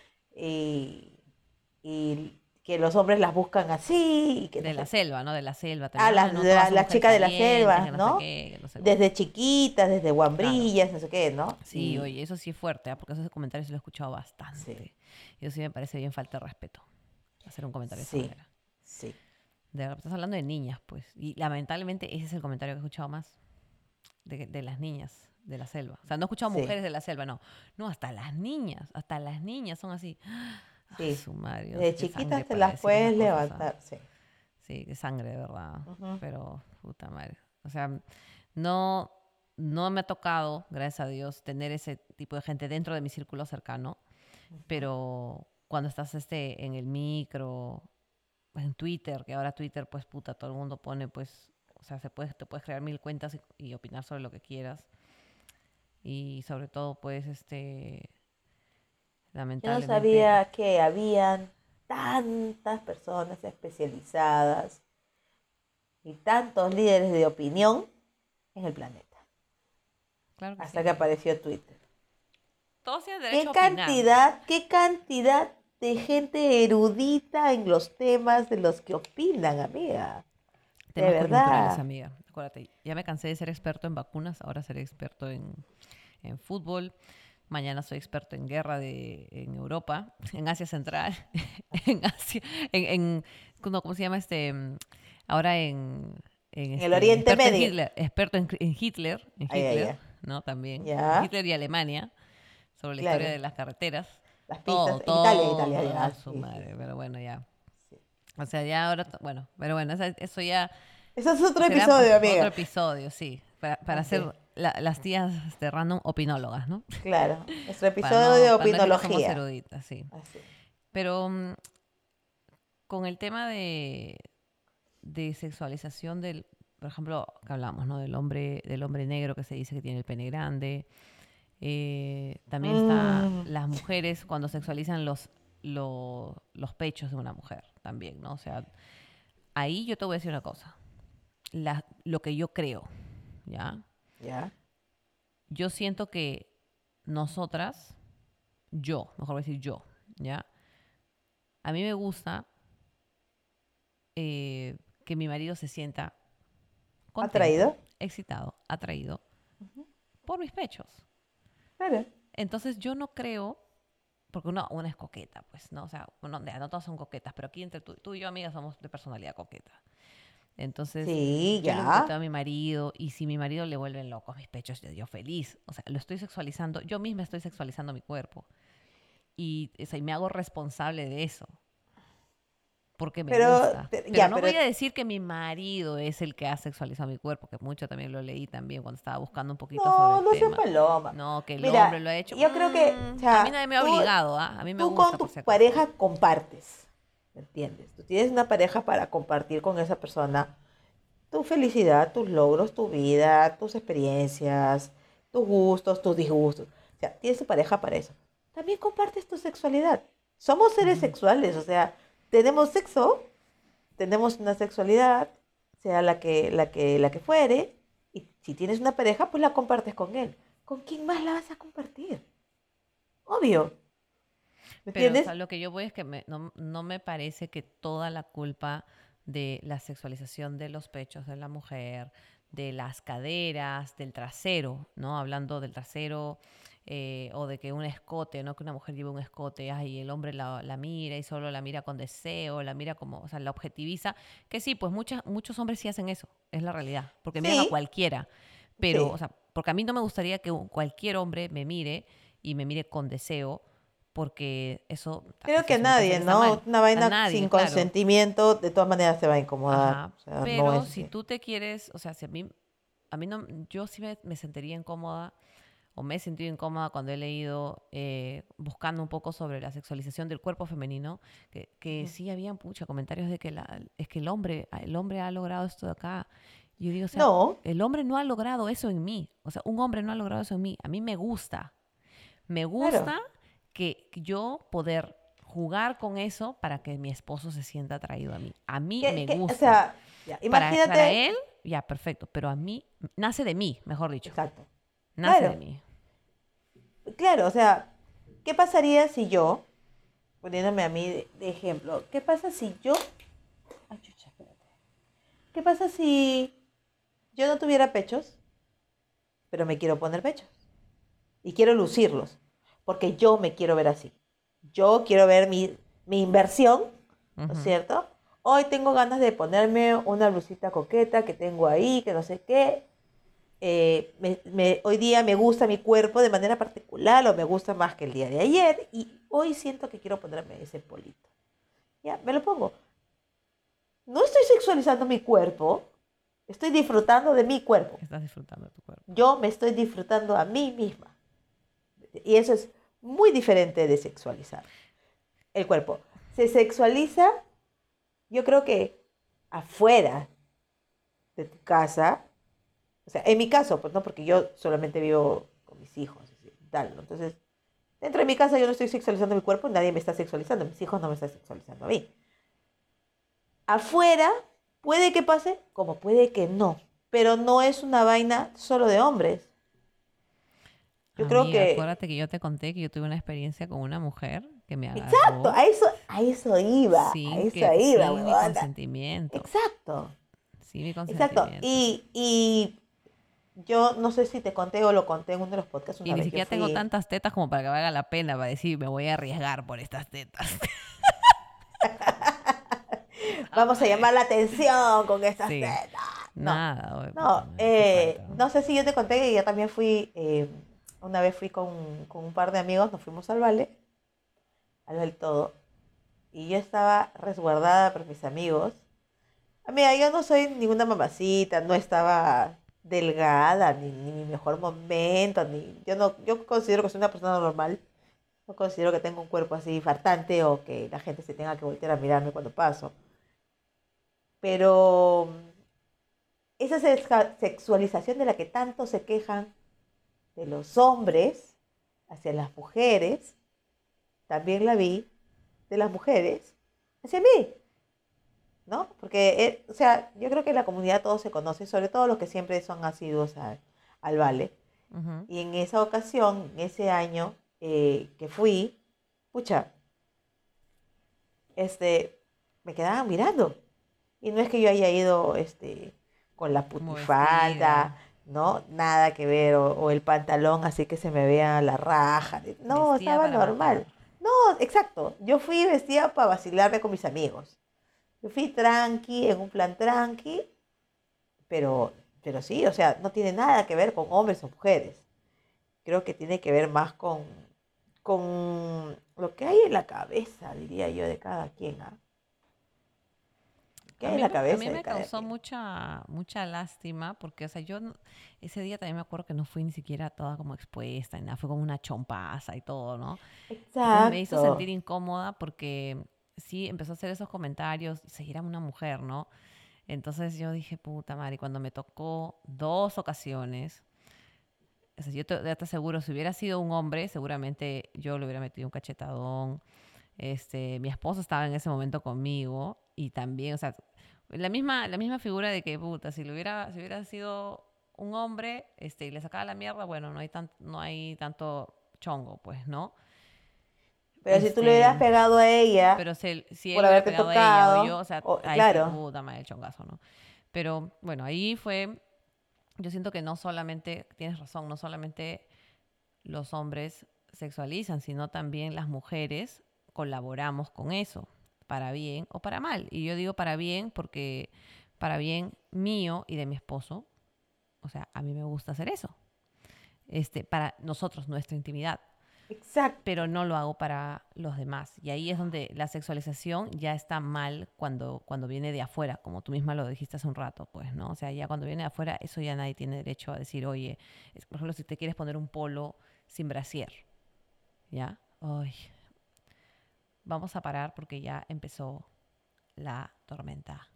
Y, y que los hombres las buscan así y que no De la sé. selva, ¿no? De la selva Ah, también. Ah, las, no, todas la, son las mujeres chicas de las calientes, que selvas, no sé ¿no? qué, que no sé cuánto. Desde chiquitas, desde Claro. guambrillas, no sé qué, ¿no? Sí, Y oye, eso sí es fuerte, ¿ah? Porque esos comentarios sí lo he escuchado sí, bastante. Y eso sí me parece bien falta de respeto, hacer un comentario de esa sí, manera. sí. De verdad, estás hablando de niñas, pues. Y lamentablemente ese es el comentario que he escuchado más. De, de las niñas de la selva. O sea, no he escuchado Sí, mujeres de la selva, no. No, hasta las niñas, hasta las niñas son así. Ay, sí. su madre, Dios, Desde qué sangre chiquitas te para las decir esas puedes cosas, ¿ah? levantar, sí. Sí, qué sangre, de verdad. Ujú. Pero, puta madre. O sea, no, no me ha tocado, gracias a Dios, tener ese tipo de gente dentro de mi círculo cercano, Ujú. pero cuando estás este, en el micro, en Twitter, que ahora Twitter, pues puta, todo el mundo pone, pues, o sea, se puede, te puedes crear mil cuentas y, y opinar sobre lo que quieras. Y sobre todo, pues, este, Yo no lamentablemente, sabía que habían tantas personas especializadas y tantos líderes de opinión en el planeta, claro que sí, hasta que amiga. apareció Twitter. Todos tienen derecho ¿Qué a opinar. cantidad, qué cantidad de gente erudita en los temas de los que opinan, amiga? De Temas coyunturales, verdad. amiga. Acuérdate, ya me cansé de ser experto en vacunas, ahora seré experto en, en fútbol. Mañana soy experto en guerra de, en Europa, en Asia Central, en Asia, en, en no, ¿cómo se llama este? Mm, Ahora en, en En el este, Oriente experto en Medio. Hitler, experto en, en Hitler, en Ay, ay, Hitler, ay. ¿no? También, en Ya, Hitler y Alemania, sobre la historia claro. de las carreteras. Las pistas. Todo, Italia, Italia, todo, ya. a su Sí, sí, madre, sí. pero bueno, ya. Sí. O sea, ya ahora, to- bueno, pero bueno, esa- eso ya Ese es otro será episodio, pa- otro amiga. episodio, sí, para, para Así. hacer la- las tías de random opinólogas, ¿no? Claro. Nuestro Para episodio de no, para no decir que somos opinología. eruditas, sí. Así. Pero mm, con el tema de, de sexualización del, por ejemplo, que hablamos, ¿no? Del hombre, del hombre negro que se dice que tiene el pene grande. Eh, también está Mm, las mujeres cuando sexualizan los, lo- los pechos de una mujer. también, ¿no? O sea, ahí yo te voy a decir una cosa. La, lo que yo creo, ¿ya? ¿Ya? Yo siento que nosotras, yo, mejor voy a decir yo, ¿ya? A mí me gusta eh, que mi marido se sienta contento, ¿Atraído? excitado, atraído Ujú. por mis pechos. Claro. Entonces yo no creo, porque uno, una es coqueta, pues, ¿no? O sea, uno, ya, no todas son coquetas, pero aquí entre tú, tú y yo, amigas, somos de personalidad coqueta. Entonces, Sí, yo le coqueteo ya. a mi marido y si mi marido le vuelven locos mis pechos, yo, yo feliz. O sea, lo estoy sexualizando, yo misma estoy sexualizando mi cuerpo. Y, o sea, y me hago responsable de eso, porque me Pero, gusta. pero- Pero ya, no pero voy a decir que mi marido es el que ha sexualizado mi cuerpo, que mucho también lo leí también cuando estaba buscando un poquito sobre no, el no seas tema. paloma. No, que el hombre Mira, lo ha hecho. yo creo que, o Mm, a mí sea, nadie me ha tú, obligado, ¿ah? A mí me tú con gusta, por tu si acaso. pareja compartes, ¿me entiendes? Tú tienes una pareja para compartir con esa persona tu felicidad, tus logros, tu vida, tus experiencias, tus gustos, tus disgustos. O sea, tienes tu pareja para eso. También compartes tu sexualidad. Somos seres Ujú. sexuales, o sea, tenemos sexo, tenemos una sexualidad, sea la que, la que, la que fuere, y si tienes una pareja, pues la compartes con él. ¿Con quién más la vas a compartir? Obvio, ¿me Pero, o sea, entiendes? lo que yo voy es que me- no, no me parece que toda la culpa de la sexualización de los pechos de la mujer, de las caderas, del trasero, ¿no? Hablando del trasero eh, o de que un escote, ¿no? Que una mujer lleve un escote, ay, el hombre la, la mira y solo la mira con deseo, la mira como, o sea, la objetiviza. Que sí, pues muchas, muchos hombres sí hacen eso, es la realidad, porque miran a Sí, cualquiera. Pero, o sí. sea, porque a mí no me gustaría que un- cualquier hombre me mire y me mire con deseo porque eso, ta- Creo eso que a sí me parece que nadie, está ¿no? mal. Una A vaina nadie, sin claro. consentimiento, de todas maneras se va a incomodar. Ajá. O sea, no Pero es si así. tú te quieres, o sea, si a mí, a mí no, yo sí me, me sentiría incómoda o me he sentido incómoda cuando he leído, eh, buscando un poco sobre la sexualización del cuerpo femenino, que, que Ujú. sí habían muchos comentarios de que la, es que el hombre, el hombre ha logrado esto de acá. Y yo digo, o sea, No, el hombre no ha logrado eso en mí. O sea, un hombre no ha logrado eso en mí. A mí me gusta. Me claro. gusta que yo poder jugar con eso para que mi esposo se sienta atraído a mí. A mí Que, me que, o gusta. sea, ya, Para, para imagínate. él, ya, perfecto. Pero a mí, nace de mí, mejor dicho. Exacto. Nace de Claro, mí. claro, o sea, ¿qué pasaría si yo, poniéndome a mí de, de ejemplo, ¿qué pasa si yo, ay, chucha, espérate. ¿Qué pasa si yo no tuviera pechos, pero me quiero poner pechos y quiero lucirlos? Porque yo me quiero ver así. Yo quiero ver mi, mi inversión, ¿no es Ujú. cierto? Hoy tengo ganas de ponerme una blusita coqueta que tengo ahí, que no sé qué. Eh, me- me- hoy día me gusta mi cuerpo de manera particular o me gusta más que el día de ayer y hoy siento que quiero ponerme ese polito. Ya, me lo pongo. No estoy sexualizando mi cuerpo, estoy disfrutando de mi cuerpo. Estás disfrutando de tu cuerpo. Yo me estoy disfrutando a mí misma. Y eso es muy diferente de sexualizar el cuerpo. Se sexualiza, yo creo que afuera de tu casa. O sea, en mi caso, pues no, porque yo solamente vivo con mis hijos, así, tal, ¿no? Entonces, dentro de mi casa yo no estoy sexualizando mi cuerpo, nadie me está sexualizando, mis hijos no me están sexualizando a mí. Afuera, puede que pase, como puede que no, pero no es una vaina solo de hombres. Yo creo Amiga, que, acuérdate que yo te conté que yo tuve una experiencia con una mujer que me exacto, agarró a eso, a eso iba, a sin eso que, iba, sin mi huevona. consentimiento. Exacto, Sin mi exacto. consentimiento. Y, y yo no sé si te conté o lo conté en uno de los podcasts Y una ni vez. Yo siquiera tengo fui. tantas tetas como para que valga la pena para decir, me voy a arriesgar por estas tetas. Ah, Vamos a madre. llamar la atención con estas Sí. tetas. No, Nada, oye, puta no, madre, qué eh, falta. no sé si yo te conté que yo también fui, eh, una vez fui con, con un par de amigos, nos fuimos al Vale, al del todo, y yo estaba resguardada por mis amigos. Amiga, yo no soy ninguna mamacita, no estaba delgada, ni, ni mi mejor momento, ni, yo no, yo considero que soy una persona normal, no considero que tenga un cuerpo así fartante o que la gente se tenga que voltear a mirarme cuando paso. Pero esa sexua- sexualización de la que tanto se quejan de los hombres hacia las mujeres, también la vi de las mujeres hacia mí. ¿no? Porque, eh, o sea, yo creo que en la comunidad todos se conocen, sobre todo los que siempre son asiduos a- al vale. Ujú. Y en esa ocasión, en ese año eh, que fui, pucha, este, me quedaban mirando. Y no es que yo haya ido este, con la Como putifalda, vestida, ¿no? Nada que ver, o, o el pantalón así que se me vea la raja. No, vestida estaba para normal. matar. No, exacto. Yo fui vestida para vacilarme con mis amigos. Yo fui tranqui, en un plan tranqui, pero, pero sí, o sea, no tiene nada que ver con hombres o mujeres. Creo que tiene que ver más con, con lo que hay en la cabeza, diría yo, de cada quien, ¿ah? ¿Qué A hay en mí la me, a mí cabeza de me cada causó quien? mucha, mucha lástima porque, o sea, yo no- ese día también me acuerdo que no fui ni siquiera toda como expuesta, ni nada, fue como una chompaza y todo, ¿no? Entonces me hizo sentir Exacto. incómoda porque sí empezó a hacer esos comentarios, y seguir a una mujer, ¿no? Entonces yo dije, puta madre, y cuando me tocó dos ocasiones, o sea, yo te, ya te aseguro, si hubiera sido un hombre, seguramente yo le hubiera metido un cachetadón. Este, mi esposo estaba en ese momento conmigo y también, o sea, la misma, la misma figura de que, puta, si, lo hubiera, si hubiera sido un hombre este, y le sacaba la mierda, bueno, no hay, tan, no hay tanto chongo, pues, ¿no? Pero si tú le Este, hubieras pegado a ella pero si, si él por le hubiera haberte pegado a ella o yo, tocado, o sea, o, ahí sí, claro, puta madre, el chongazo, ¿no? Pero bueno, ahí fue, yo siento que no solamente, tienes razón, no solamente los hombres sexualizan, sino también las mujeres colaboramos con eso, para bien o para mal. Y yo digo para bien porque para bien mío y de mi esposo, o sea, a mí me gusta hacer eso, este, para nosotros, nuestra intimidad, pero exacto. no lo hago para los demás. Y ahí es donde la sexualización ya está mal cuando, cuando viene de afuera, como tú misma lo dijiste hace un rato, pues, ¿no? O sea, ya cuando viene de afuera, eso ya nadie tiene derecho a decir, oye, es- por ejemplo, si te quieres poner un polo sin brasier, ¿ya? Ay, vamos a parar porque ya empezó la tormenta.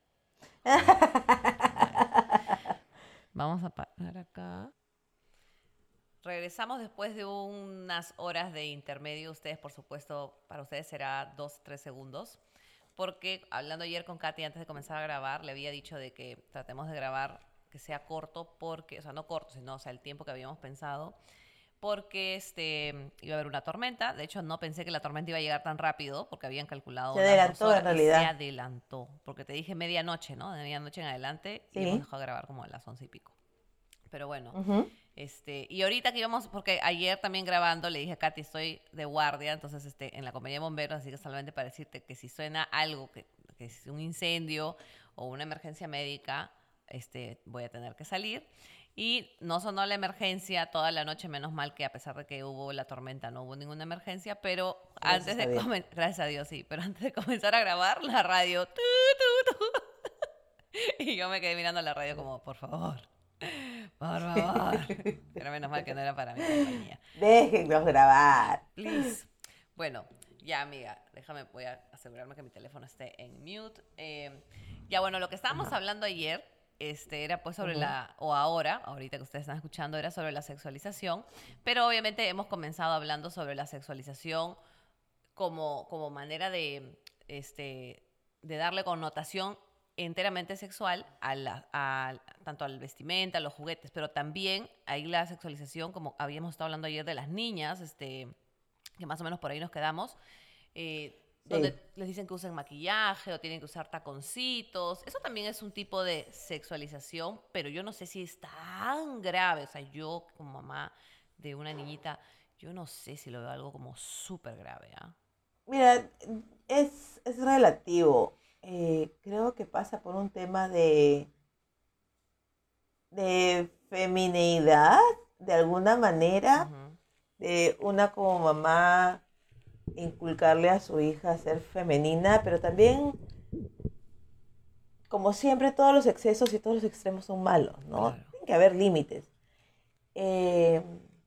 Vale, vamos a parar acá. Regresamos después de unas horas de intermedio. Ustedes, por supuesto, para ustedes será dos, tres segundos. Porque hablando ayer con Katy antes de comenzar a grabar, le había dicho de que tratemos de grabar que sea corto, porque, o sea, no corto, sino, o sea, el tiempo que habíamos pensado, porque este, iba a haber una tormenta. De hecho, no pensé que la tormenta iba a llegar tan rápido, porque habían Se calculado las dos adelantó en horas y se realidad. adelantó. Porque te dije medianoche, ¿no? De medianoche en adelante y hemos Sí. dejado de grabar como a las once y pico. Pero bueno, Ujú. este, y ahorita que íbamos, porque ayer también grabando le dije a Katy, estoy de guardia, entonces este, en la compañía de bomberos, así que solamente para decirte que si suena algo, que, que es un incendio o una emergencia médica, este, voy a tener que salir. Y no sonó la emergencia toda la noche, menos mal que a pesar de que hubo la tormenta, no hubo ninguna emergencia, pero antes Gracias a de Dios. comenzar, gracias a Dios, sí, pero antes de comenzar a grabar, la radio, tu, tu, tu, y yo me quedé mirando la radio como, por favor, por favor. Pero menos mal que no era para mi compañía. Déjenlos grabar. Please. Bueno, ya amiga, déjame, voy a asegurarme que mi teléfono esté en mute. Eh, ya bueno, lo que estábamos Ajá. hablando ayer este, era pues sobre Ujú. la, o ahora, ahorita que ustedes están escuchando, era sobre la sexualización, pero obviamente hemos comenzado hablando sobre la sexualización como, como manera de, este, de darle connotación enteramente sexual a la, a, tanto al vestimenta, a los juguetes, pero también ahí la sexualización, como habíamos estado hablando ayer de las niñas, este, que más o menos por ahí nos quedamos, eh, Sí. donde les dicen que usen maquillaje o tienen que usar taconcitos. Eso también es un tipo de sexualización, pero yo no sé si es tan grave. O sea, yo como mamá de una niñita, yo no sé si lo veo algo como súper grave, ¿ah? Mira, es, es relativo. Eh, creo que pasa por un tema de, de femineidad, de alguna manera, Ujú. de una como mamá inculcarle a su hija a ser femenina, pero también, como siempre, todos los excesos y todos los extremos son malos, ¿no? Claro. Tiene que haber límites. Eh,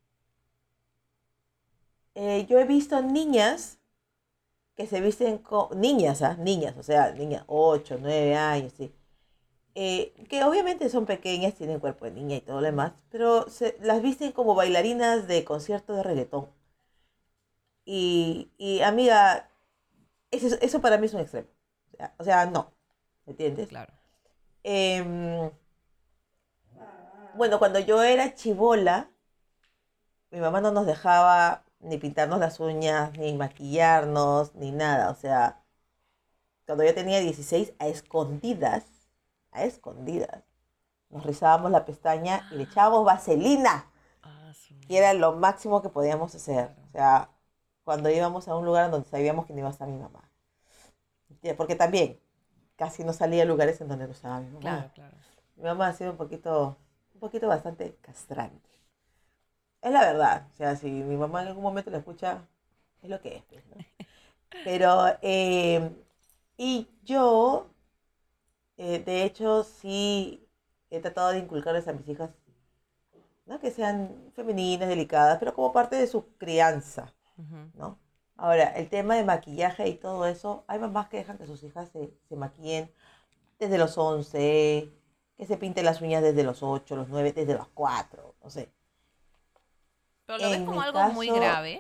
eh, yo he visto niñas que se visten como niñas, ¿ah? Niñas, o sea, niñas ocho nueve años, sí. Eh, que obviamente son pequeñas, tienen cuerpo de niña y todo lo demás, pero se, las visten como bailarinas de concierto de reggaetón. Y, y amiga, eso, eso para mí es un extremo. O sea, o sea, no. ¿me entiendes? Claro. Em, bueno, cuando yo era chibola, mi mamá no nos dejaba ni pintarnos las uñas, ni maquillarnos, ni nada. O sea, cuando yo tenía dieciséis, a escondidas, a escondidas, nos rizábamos la pestaña y le echábamos vaselina. Ah, su- Y era lo máximo que podíamos hacer. Claro. O sea, cuando íbamos a un lugar donde sabíamos que no iba a estar mi mamá. Porque también casi no salía a lugares en donde no estaba mi mamá. Claro, claro. Mi mamá ha sido un poquito, un poquito bastante castrante. Es la verdad. O sea, si mi mamá en algún momento la escucha, es lo que es, pues, ¿no? Pero, eh, y yo, eh, de hecho, sí he tratado de inculcarles a mis hijas, ¿no? Que sean femeninas, delicadas, pero como parte de su crianza, Ujú. ¿no? Ahora, el tema de maquillaje y todo eso, hay mamás que dejan que sus hijas se, se maquillen desde los once, que se pinten las uñas desde los ocho, los nueve, desde los cuatro, no sé. Pero lo ves En como mi algo muy caso, grave.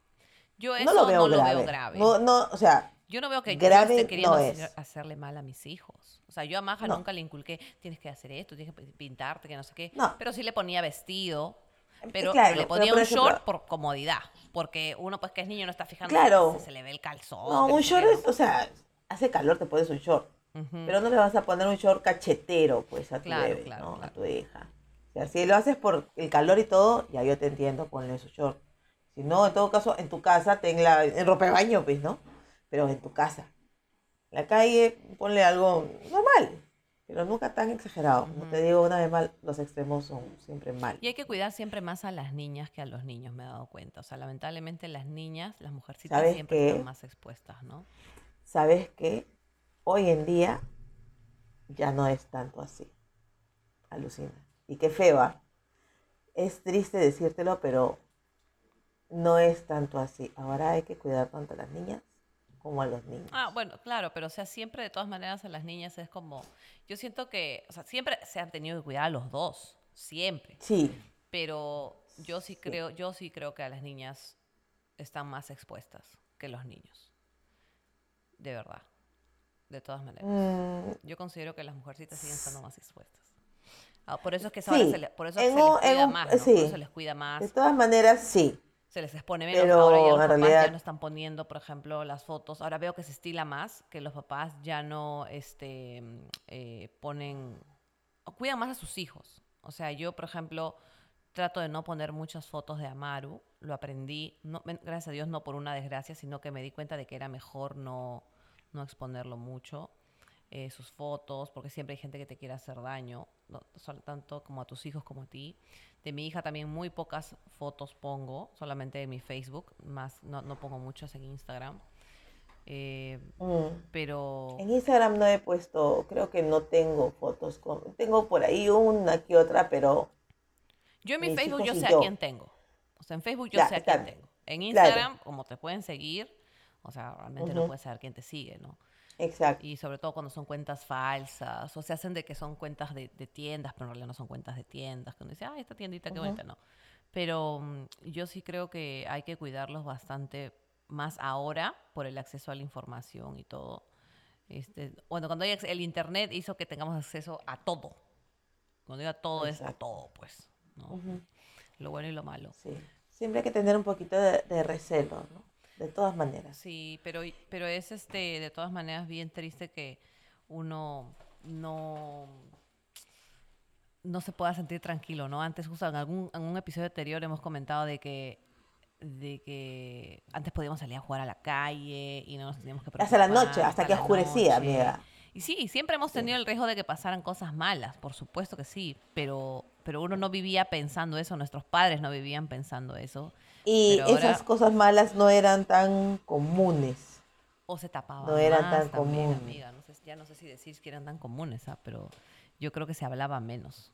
Yo no lo eso no veo lo veo grave. grave. No, no, o sea, Yo no veo que yo esté grave queriendo no hacer- es. hacerle mal a mis hijos. O sea, yo a Maja No, nunca le inculqué, tienes que hacer esto, tienes que pintarte, que no sé qué. no. Pero sí le ponía vestido, Eh, pero le Claro, pero ponía por un ejemplo, short por comodidad. Porque uno, pues que es niño, no está fijándose si claro, se le ve el calzón, no, que no un sé short qué, ¿no? es, o sea, hace calor, te pones un short. Ujú. Pero no le vas a poner un short cachetero, pues, a tu Claro, bebé, claro, ¿no? A claro. tu hija. O sea, si lo haces por el calor y todo, ya yo te entiendo, ponle su short. Si no, en todo caso, en tu casa, tenla en ropa de baño, pues, ¿no? Pero en tu casa. En la calle, ponle algo normal, pero nunca tan exagerado. Como te Ujú. digo, una vez más, los extremos son siempre mal. Y hay que cuidar siempre más a las niñas que a los niños, me he dado cuenta. O sea, lamentablemente las niñas, las mujercitas ¿Sabes siempre están qué? más expuestas, ¿no? ¿Sabes qué? Hoy en día ya no es tanto así. Alucina. Y qué feo, ¿ah? Es triste decírtelo, pero no es tanto así. Ahora hay que cuidar tanto a las niñas como a los Ah, niños. bueno, claro, pero o sea, siempre de todas maneras a las niñas es como, yo siento que, o sea, siempre se han tenido que cuidar a los dos, siempre, Sí, pero yo sí sí. creo, yo sí creo que a las niñas están más expuestas que los niños, de verdad, de todas maneras. Mm, Yo considero que las mujercitas siguen estando más expuestas. Ah, por eso es que ahora se sí. le- por eso es que En se les un, en cuida un, más, ¿no? Por eso se sí. les cuida De más, todas maneras, sí. se les expone menos. Ahora ya Pero los en papás ya no realidad, están poniendo, por ejemplo, las fotos. Ahora veo que se estila más, que los papás ya no este, mm, eh, ponen, o cuidan más a sus hijos. O sea, yo, por ejemplo, trato de no poner muchas fotos de Amaru. Lo aprendí, no, men- gracias a Dios, no por una desgracia, sino que me di cuenta de que era mejor no, no exponerlo mucho, eh, sus fotos, porque siempre hay gente que te quiere hacer daño, no, sol- tanto como a tus hijos como a ti. De mi hija también muy pocas fotos pongo, solamente en mi Facebook, más no, no pongo muchas en Instagram. Eh, mm, pero en Instagram no he puesto, creo que no tengo fotos con, tengo por ahí una que otra, pero yo en mi mis Facebook hijos yo y sé a yo, quién tengo. O sea, en Facebook yo ya, sé a quién están, tengo. En claro, Instagram, como te pueden seguir, o sea, realmente no ujú, puedes saber quién te sigue, ¿no? exacto, Y sobre todo cuando son cuentas falsas, o se hacen de que son cuentas de, de tiendas, pero en realidad no son cuentas de tiendas, que uno dice, ah, esta tiendita, qué ujú, bonita, no. Pero mm, yo sí creo que hay que cuidarlos bastante más ahora por el acceso a la información y todo. Este, bueno, cuando hay acce- el internet hizo que tengamos acceso a todo. Cuando digo a todo es a exacto, todo, pues, ¿no? ujú, Lo bueno y lo malo. sí. Siempre hay que tener un poquito de, de recelo, ¿no? De todas maneras. Sí, pero, pero es este, de todas maneras bien triste que uno no, no se pueda sentir tranquilo, ¿no? Antes, justo en algún, en un episodio anterior hemos comentado de que, de que antes podíamos salir a jugar a la calle y no nos teníamos que Hasta la noche, preocupar hasta hasta que la oscurecía, noche. amiga. Y sí, siempre hemos Sí. tenido el riesgo de que pasaran cosas malas, por supuesto que sí, pero, pero uno no vivía pensando eso, nuestros padres no vivían pensando eso, Y pero esas ahora cosas malas no eran tan comunes. o se No tapaban eran más tan también, comunes. amiga. No sé, ya no sé si decir que eran tan comunes, ¿ah? Pero yo creo que se hablaba menos.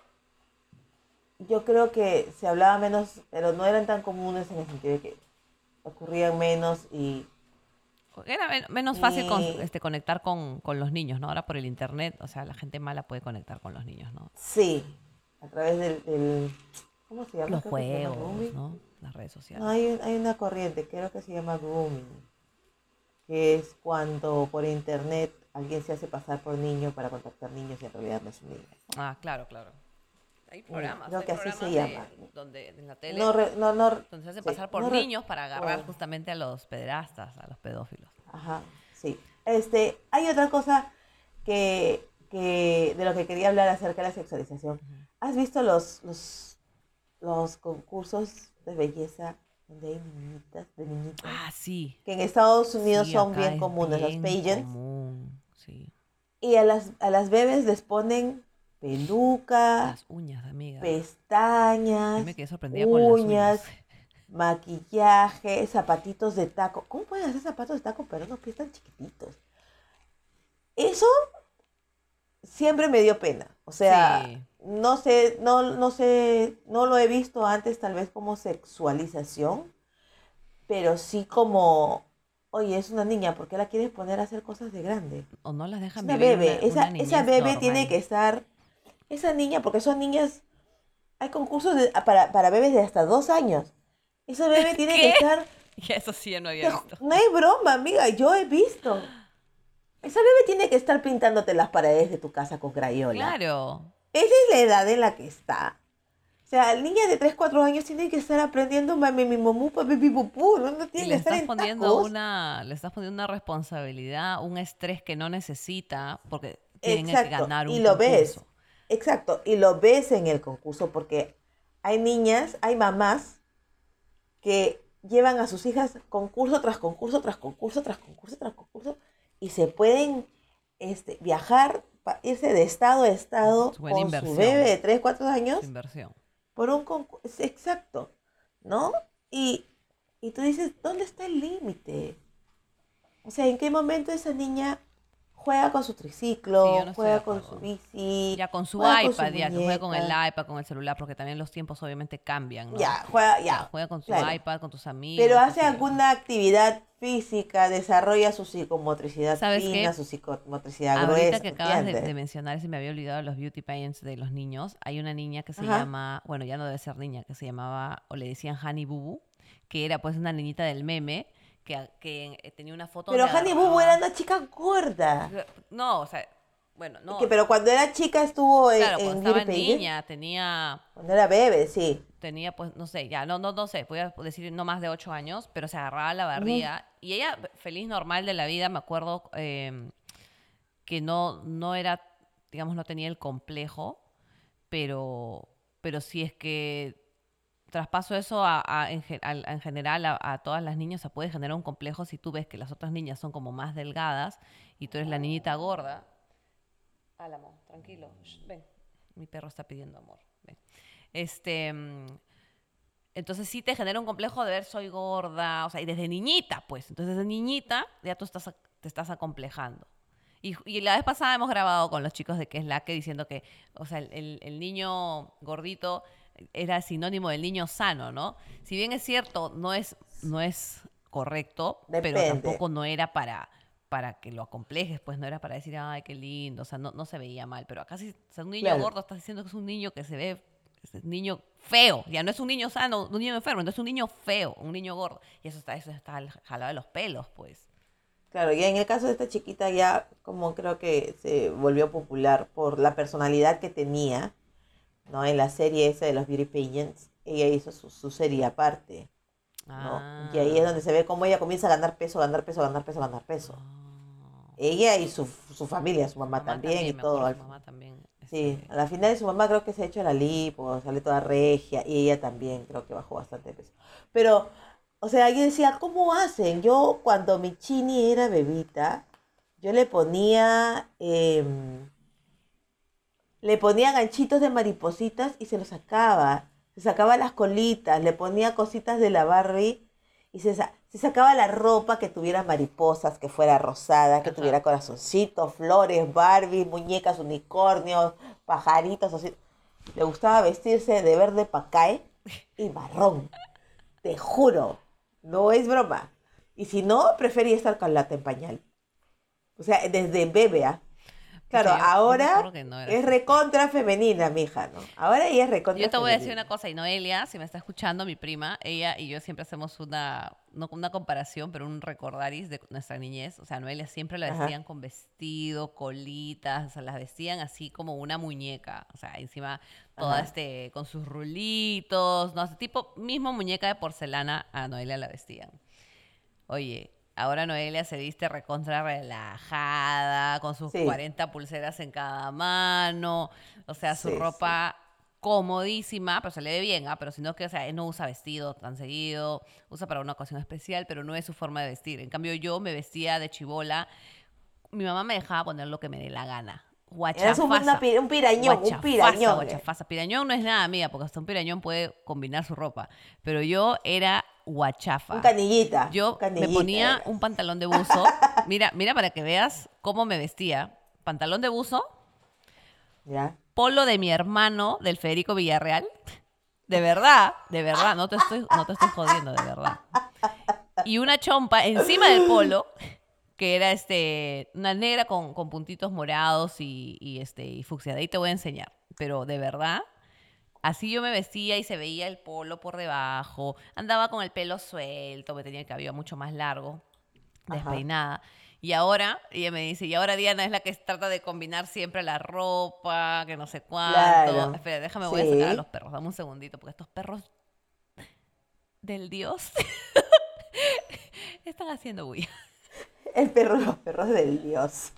Yo creo que se hablaba menos, pero no eran tan comunes en el sentido de que ocurrían menos y, Era men- menos fácil con- y este, conectar con, con los niños, ¿no? Ahora por el internet, o sea, la gente mala puede conectar con los niños, ¿no? sí, a través del, del- ¿cómo se llama? Los Creo que se llama juegos, grooming. ¿no? Las redes No, sociales. hay, un- hay una corriente, creo que se llama grooming, que es cuando por internet alguien se hace pasar por niño para contactar niños y en realidad no es un niño. Ah, claro, claro. Hay programas, creo hay que así programas se de- llama. donde en la tele No, re- no, no, donde se hace sí, pasar por no re- niños para agarrar bueno. justamente a los pederastas, a los pedófilos. Ajá, sí. Este, hay otra cosa que, que de lo que quería hablar acerca de la sexualización. ¿Has visto los, los, los concursos de belleza donde hay niñitas, de niñitas? Ah, sí. Que en Estados Unidos Sí, son acá bien es comunes, los bien pageants. común, sí. Y a las, a las bebés les ponen peluca, Las uñas, amiga. pestañas, Yo me quedé sorprendida con las uñas, uñas. maquillaje, zapatitos de taco. ¿Cómo pueden hacer zapatos de taco pero no pies tan chiquititos? Eso siempre me dio pena. O sea, Sí. no sé, no, no sé, no lo he visto antes tal vez como sexualización, pero sí como, oye, es una niña, ¿por qué la quieres poner a hacer cosas de grande? O no las Es dejan una vivir bebé, una, esa, una esa niñez bebé tiene normal. que estar, esa niña, porque son niñas, hay concursos de- para, para bebés de hasta dos años. Esa bebé tiene ¿Qué? que estar, Y eso sí ya no te había ju- visto. no es broma, amiga, yo he visto. Esa bebé tiene que estar pintándote las paredes de tu casa con crayola. Claro. Esa es la edad en la que está. O sea, niñas de tres cuatro años tienen que estar aprendiendo mami, mi momú, papi, mi pupú. No, no Y tienen le que estar estás en poniendo tacos. una, le estás poniendo una responsabilidad, un estrés que no necesita, porque tienen que Exacto. ganar Y un lo ves. concurso. Exacto. Y lo ves en el concurso porque hay niñas, hay mamás que llevan a sus hijas concurso tras concurso, tras concurso, tras concurso, tras concurso. Y se pueden este, viajar, pa- irse de estado a estado Es buena con su inversión. bebé de tres cuatro años Su inversión. por un concurso. Exacto. ¿No? Y, y tú dices, ¿dónde está el límite? O sea, ¿en qué momento esa niña juega con su Sí, yo triciclo, no estoy de juega con acuerdo. su bici, Ya con su juega con su iPad, ya que juega con el muñeca? iPad, con el celular, porque también los tiempos obviamente cambian, ¿no? Ya, juega, Ya, ya, juega con su claro. iPad, con tus amigos. Pero qué hace sé yo. alguna actividad física, desarrolla su psicomotricidad ¿Sabes fina, qué? su psicomotricidad Ahorita gruesa, que ¿me acabas de, de entiendes? mencionar, se me había olvidado los beauty pageants de los niños. Hay una niña que se Ajá. llama, bueno, ya no debe ser niña, que se llamaba, o le decían Honey Boo Boo, que era pues una niñita del meme, que, que eh, tenía una foto Pero donde Honey Boo Boo agarraba- era una chica gorda. No, o sea, bueno, Y no. que, pero cuando era chica estuvo en, Claro, en cuando Beauty estaba Pageant. niña tenía, Cuando era bebé, sí. tenía pues, no sé, ya, no, no, no sé, voy a decir no más de ocho años, pero se agarraba la Ujú. barriga y ella, feliz, normal de la vida, me acuerdo eh, que no, no era, digamos, no tenía el complejo, pero, pero si es que traspaso eso a, a- en, ge- al- en general a, a todas las niñas, se puede generar un complejo si tú ves que las otras niñas son como más delgadas y tú eres la niñita gorda. Álamo, tranquilo, Shh, ven, mi perro está pidiendo amor, ven. Este, mm, entonces sí te genera un complejo de ver soy gorda, o sea, y desde niñita, pues. Entonces desde niñita ya tú estás, ac- te estás acomplejando. Y, y la vez pasada hemos grabado con los chicos de que es la que diciendo que, o sea, el, el- el niño gordito era sinónimo del niño sano, ¿no? Si bien es cierto, no es, no es correcto, pero Depende. tampoco no era para, para que lo acomplejes, pues no era para decir, ay, qué lindo, o sea, no, no se veía mal. Pero acá si o sea, un niño Claro. gordo estás diciendo que es un niño que se ve es un niño feo, ya no es un niño sano, un niño enfermo, entonces es un niño feo, un niño gordo. Y eso está, eso está al- jalado de los pelos, pues. Claro, y en el caso de esta chiquita ya como creo que se volvió popular por la personalidad que tenía, ¿no? En la serie esa de los Beauty Pageants, ella hizo su, su serie aparte, ¿no? Y ahí es donde se ve cómo ella comienza a ganar peso, ganar peso, ganar peso, ganar peso. Ah. Ella y su, su familia, su mamá, Mamá también, y me todo. acuerdo, al su fin- mamá también. Sí, este, a la final su mamá creo que se ha hecho la lipo, sale toda regia, y ella también creo que bajó bastante peso. Pero, o sea, yo decía, ¿cómo hacen? Yo cuando mi Chini era bebita, yo le ponía, em, le ponía ganchitos de maripositas y se los sacaba. Se sacaba las colitas, le ponía cositas de la Barbie y se, sa- se sacaba la ropa que tuviera mariposas, que fuera rosada, que Ajá. tuviera corazoncitos, flores, Barbie, muñecas, unicornios, pajaritos, así. Le gustaba vestirse de verde pacae y marrón. Te juro, no es broma. Y si no, prefería estar con lata en pañal. O sea, desde bebé, ¿ah? Claro, yo- yo me ahora acuerdo que no era es así. recontra femenina, mija, ¿no? Ahora ella es recontra Yo te voy a decir femenina. una cosa, y Noelia, si me está escuchando, mi prima, ella y yo siempre hacemos una, no una comparación, pero un recordaris de nuestra niñez. O sea, a Noelia siempre la Ajá. vestían con vestido, colitas, o sea, las vestían así como una muñeca. O sea, encima toda Ajá. este, con sus rulitos, no sé, tipo, mismo muñeca de porcelana a Noelia la vestían. Oye, ahora Noelia se viste recontra relajada, con sus Sí, cuarenta pulseras en cada mano, o sea, su sí, sí. ropa comodísima, pero se le ve bien, ¿ah? Pero sino que, o sea, él no usa vestido tan seguido, usa para una ocasión especial, pero no es su forma de vestir. En cambio, yo me vestía de chibola, mi mamá me dejaba poner lo que me dé la gana. Eras un, una Guachafasa. pi- un pirañón, un Guachafasa, pirañón. eh. guachafasa. Pirañón no es nada, amiga, porque hasta un pirañón puede combinar su ropa. Pero yo era Un guachafa. canillita, un Yo me canillita ponía eras. un pantalón de buzo. Mira, mira para que veas cómo me vestía. Pantalón de buzo, ¿Ya? polo de mi hermano, del Federico Villarreal. De verdad, de verdad, no te estoy, no te estoy jodiendo, de verdad. Y una chompa encima del polo, que era este, una negra con, con puntitos morados y, y, este, y fucsia. De ahí te voy a enseñar. Pero de verdad, así yo me vestía y se veía el polo por debajo. Andaba con el pelo suelto, me tenía el cabello mucho más largo, Ajá. despeinada. Y ahora, ella me dice, y ahora Diana es la que trata de combinar siempre la ropa, que no sé cuánto. Claro. Espera, déjame, voy a sacar a los Sí. perros. Dame un segundito, porque estos perros del Dios están haciendo bulla. El perro, los perros del dios.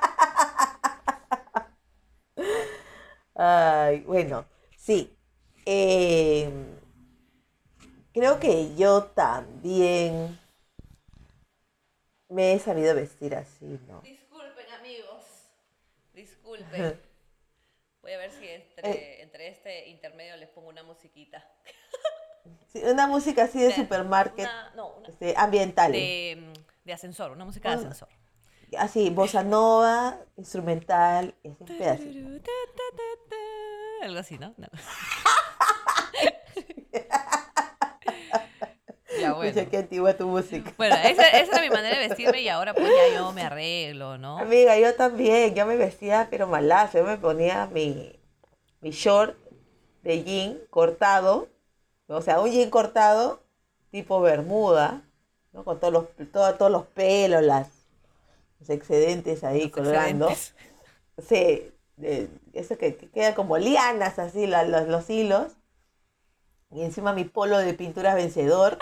Ay, bueno, sí. Eh, creo que yo también me he sabido vestir así, ¿no? Disculpen, amigos. Disculpen. Voy a ver si Eh, entre, entre este intermedio les pongo una musiquita. sí, una música así de De, supermarket, una, no, una, este, ambiental. de, de ascensor, una música de Un- ascensor. así, bossa nova, instrumental, y así un pedacito. Tururú, ta, ta, ta, ta. Algo así, ¿no? Una cosa. Ya, Escucha bueno. qué antigua tu música. Bueno, esa, esa era mi manera de vestirme y ahora pues ya yo me arreglo, ¿no? Amiga, yo también, yo me vestía pero malazo, yo me ponía mi, mi short de jean cortado, o sea, un jean cortado tipo bermuda, ¿no? Con todos los, todo- todos los pelos, las, los excedentes ahí Los colgando. excedentes. Sí, de- eso que, que quedan como lianas así la- los, los hilos. Y encima mi polo de pintura vencedor.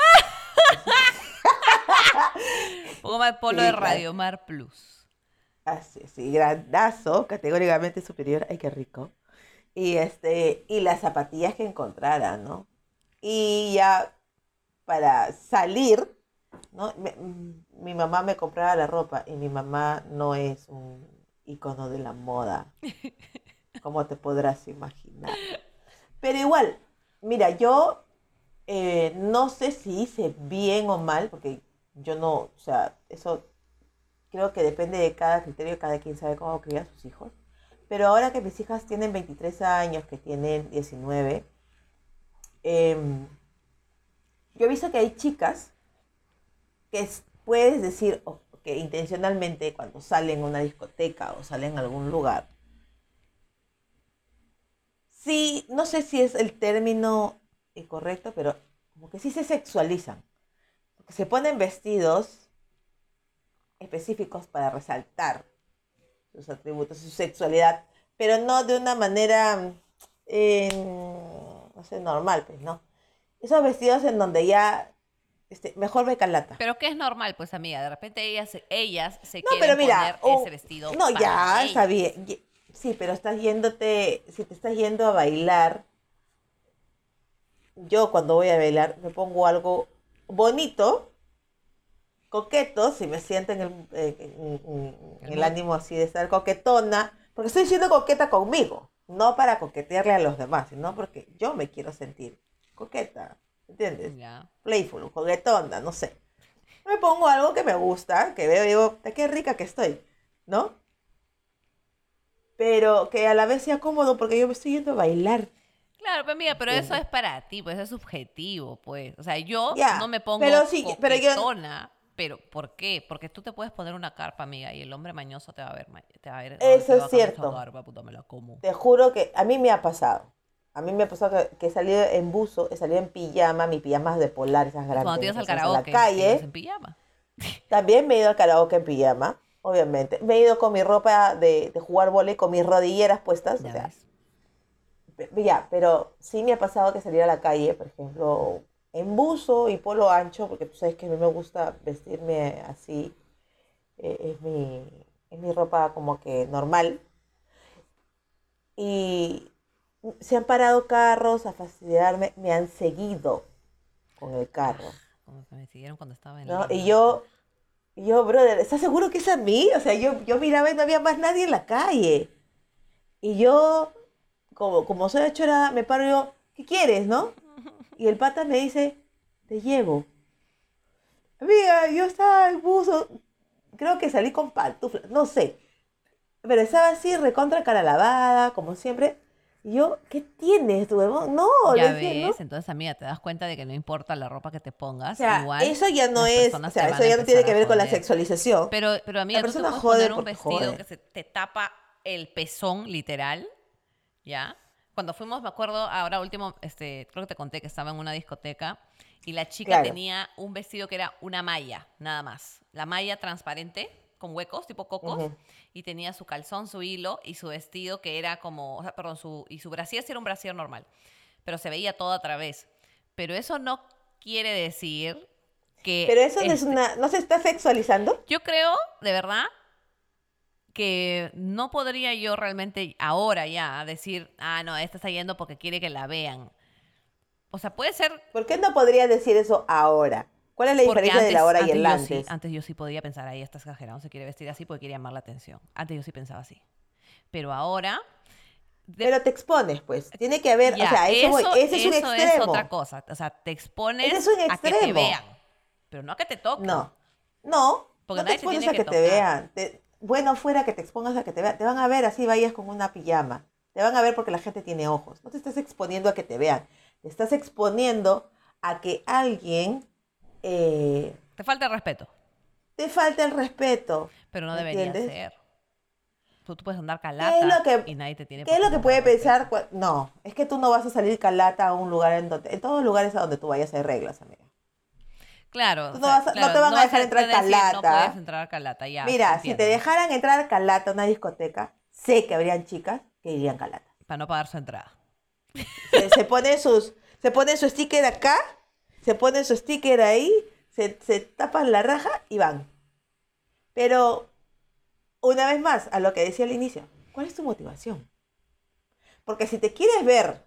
Pongo más polo de Sí, claro. Radio Mar Plus. Así, sí, grandazo, categóricamente superior. Ay, qué rico. Y este, y las zapatillas que encontrara, ¿no? Y ya para salir, ¿no? Me- mm, mi mamá me compraba la ropa y mi mamá no es un icono de la moda, como te podrás imaginar. Pero igual, mira, yo eh, no sé si hice bien o mal, porque yo no, o sea, eso creo que depende de cada criterio, cada quien sabe cómo criar a sus hijos. Pero ahora que mis hijas tienen veintitrés años, que tienen diecinueve, em, yo he visto que hay chicas que es- puedes decir o- que intencionalmente cuando salen a una discoteca o salen a algún lugar, sí, no sé si es el término eh, correcto, pero como que sí se sexualizan, porque se ponen vestidos específicos para resaltar sus atributos, su sexualidad, pero no de una manera, eh, no sé, normal, pues, ¿no? Esos vestidos en donde ya, este, mejor ve calata. Pero que es normal, pues amiga, de repente ellas, ellas se No, pero quieren mira, poner ese un- vestido no, para ya, está ellas. bien. ye- Sí, pero estás yéndote, si te estás yendo a bailar, yo cuando voy a bailar me pongo algo bonito, coqueto, si me siento en el, eh, en- en- en El el mood. ánimo así de estar coquetona, porque estoy siendo coqueta conmigo, no para coquetearle a los demás, sino porque yo me quiero sentir coqueta, ¿entiendes? Ya. Playful, juguetona, no sé. Me pongo algo que me gusta, que veo y digo, "Ta, qué rica que estoy", ¿no? Pero que a la vez sea cómodo porque yo me estoy yendo a bailar, Claro, pues amiga, pero eso ¿entiendes? es para ti, pues eso es subjetivo, pues. O sea, yo no Ya, me pero pongo sí, pero yo, coquetona, pero ¿por qué? Porque tú te puedes poner una carpa, amiga, y el hombre mañoso te va a ver, ma- te va a ver, ay, eso qué es bacán esa cierto. carpa, puta, me la como. Te juro que a mí me ha pasado. A mí me ha pasado que, que he salido en buzo, he salido en pijama, mi pijama es de polar, esas grandes. Cuando te ibas al esas a karaoke, la calle. te ibas en pijama. También me he ido al karaoke en pijama, obviamente. Me he ido con mi ropa de, de jugar vóley, con mis rodilleras puestas. Ya O sea, ves. pe- ya, pero sí me ha pasado que salir a la calle, por ejemplo, en buzo y polo ancho, porque tú sabes que a mí me gusta vestirme así, eh, es mi, es mi ropa como que normal. Y se han parado carros a fastidiarme, me han seguido con el Ah, carro, como que me siguieron cuando estaba en ¿no? Y Lima. yo, y yo, brother, ¿estás seguro que es a mí? O sea, yo, yo miraba y no había más nadie en la calle. Y yo, como, como soy achorada, me paro y yo, ¿qué quieres, no? Y el pata me dice, te llevo. Amiga, yo estaba en buzo, creo que salí con pantuflas, no sé. Pero estaba así, recontra cara lavada, como siempre. Y yo, ¿qué tienes, tu huevón? No, le Ya decía, ¿no? ves, entonces amiga, te das cuenta de que no importa la ropa que te O pongas, sea, igual eso ya no las es, o personas te sea, van eso a ya no tiene empezar que a ver con la joder. sexualización. Pero, pero La amiga, tú te persona puedes jode poner un porque vestido jode. que se te tapa el pezón, literal, ¿ya? Cuando fuimos, me acuerdo, ahora último, este, creo que te conté que estaba en una discoteca y la chica Claro. tenía un vestido que era una malla, nada más. La malla transparente, con huecos, tipo cocos, Ujú. y tenía su calzón, su hilo y su vestido que era como, o sea, perdón, su, y su brasier sí era un brasier normal, pero se veía todo a través. Pero eso no quiere decir Pero que, eso no es este, una, ¿no se está sexualizando? yo creo, de verdad, que no podría yo realmente ahora ya decir, ah, no, esta está yendo porque quiere que la vean. O sea, puede ser ¿Por qué no podría decir eso ahora? ¿Cuál es la porque diferencia del antes, ahora y antes el yo sí, antes? antes yo sí podía pensar, ahí está exagerado, se quiere vestir así porque quiere llamar la atención. Antes yo sí pensaba así. Pero ahora, de- Pero te expones, pues. Tiene que haber, o ya, sea, a eso voy. eso, Ese es un eso es otra extremo. cosa. O sea, te Ese es expones un a que te extremo. vean, pero no a que te toquen, No, no, porque no te nadie te expones tiene a que que te tocar. vean. Te- bueno, fuera que te expongas a que te vean. Te van a ver así vayas con una pijama. Te van a ver porque la gente tiene ojos. No te estás exponiendo a que te vean. Te estás exponiendo a que alguien eh, Te falta el respeto, te falte el respeto. pero no ¿Me debería entiendes? ser. Tú, tú puedes andar ¿Qué es lo calata que, y nadie te tiene qué por es qué lo que faltar puede el respeto. pensar? cua- No, es que tú no vas a salir calata a un lugar en donde... En todos los lugares a donde tú vayas hay reglas, amiga. Claro, Tú o no, sea, vas a- no claro, te van no a vas dejar a entrar puedes decir, no puedes calata. entrar calata, ya, te Mira, si te entiendo. dejaran entrar calata a una discoteca, sé que habrían chicas que irían calata. Para no pagar su entrada. Se, se pone sus, se pone su sticker acá, se pone su sticker ahí, se, se tapan la raja y van. Pero, una vez más, a lo que decía al inicio, ¿cuál es tu motivación? Porque si te quieres ver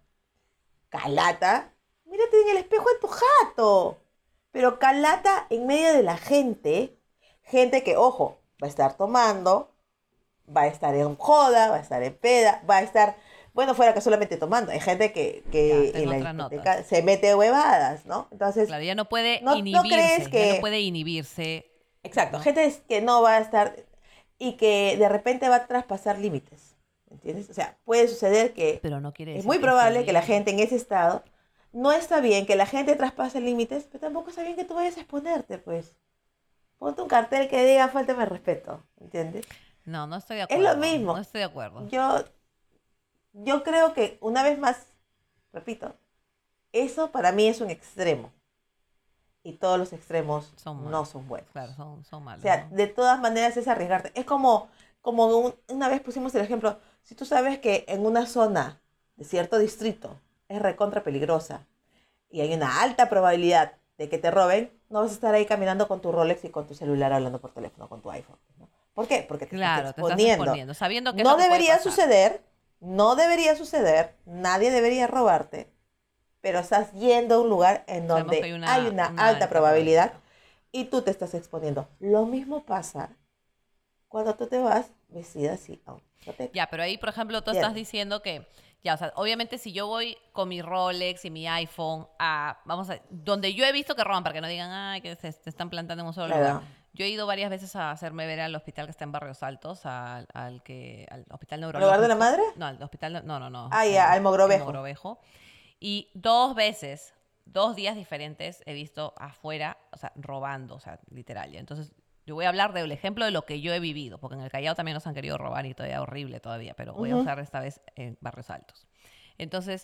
calata, mírate en el espejo en tu jato. Pero calata en medio de la gente, gente que, ojo, va a estar tomando, va a estar en joda, va a estar en peda, va a estar, bueno, fuera que solamente tomando. Hay gente que, Ya, que en tengo la otras discoteca notas. se mete huevadas, ¿no? Entonces, Claro, ya no puede no, no crees inhibirse, ya no que, puede inhibirse, exacto, ¿no? gente es que no va a estar y que de repente va a traspasar límites, ¿entiendes? O sea, puede suceder que Pero no quiere es decir muy que esté probable que la bien. gente en ese estado no está bien que la gente traspase límites, pero tampoco está bien que tú vayas a exponerte, pues. Ponte un cartel que diga falta de respeto, ¿entiendes? No, no estoy de Es lo acuerdo, no mismo. estoy de acuerdo. Yo, yo creo que una vez más, repito, eso para mí es un extremo. Y todos los extremos Son no malos, son buenos. claro, son, son O malos, sea, ¿no? de todas maneras es arriesgarte. Es como, como un- una vez pusimos el ejemplo, si tú sabes que en una zona de cierto distrito es recontra peligrosa y hay una alta probabilidad de que te roben, no vas a estar ahí caminando con tu Rolex y con tu celular hablando por teléfono, con tu iPhone, ¿no? ¿Por qué? Porque te estás Claro, te estás exponiendo. exponiendo, sabiendo qué es No lo que puede debería pasar. suceder, no debería suceder, nadie debería robarte, pero estás yendo a un lugar en Sabemos que hay donde hay una, una una alta alta probabilidad probabilidad. y tú te estás exponiendo. Lo mismo pasa cuando tú te vas vestida así a una discoteca. Ya, pero ahí, por ejemplo, tú estás ¿Entiendes? diciendo que, ya, o sea, obviamente si yo voy con mi Rolex y mi iPhone a, vamos a, donde yo he visto que roban, para que no digan, ay, que se, se están plantando en un solo lugar. Claro. Yo he ido varias veces a hacerme ver al hospital que está en Barrios Altos, al, al que, al hospital ¿Al hogar de la neurológico. madre? No, al hospital, no, no, no, Ah, ya, el, al el Mogrovejo. Mogrovejo. Y dos veces, dos días diferentes he visto afuera, o sea, robando, o sea, literal. Ya. Entonces, yo voy a hablar del ejemplo de lo que yo he vivido, porque en el Callao también nos han querido robar y todavía horrible todavía, pero voy a Ujú. usar esta vez en Barrios Altos. Entonces,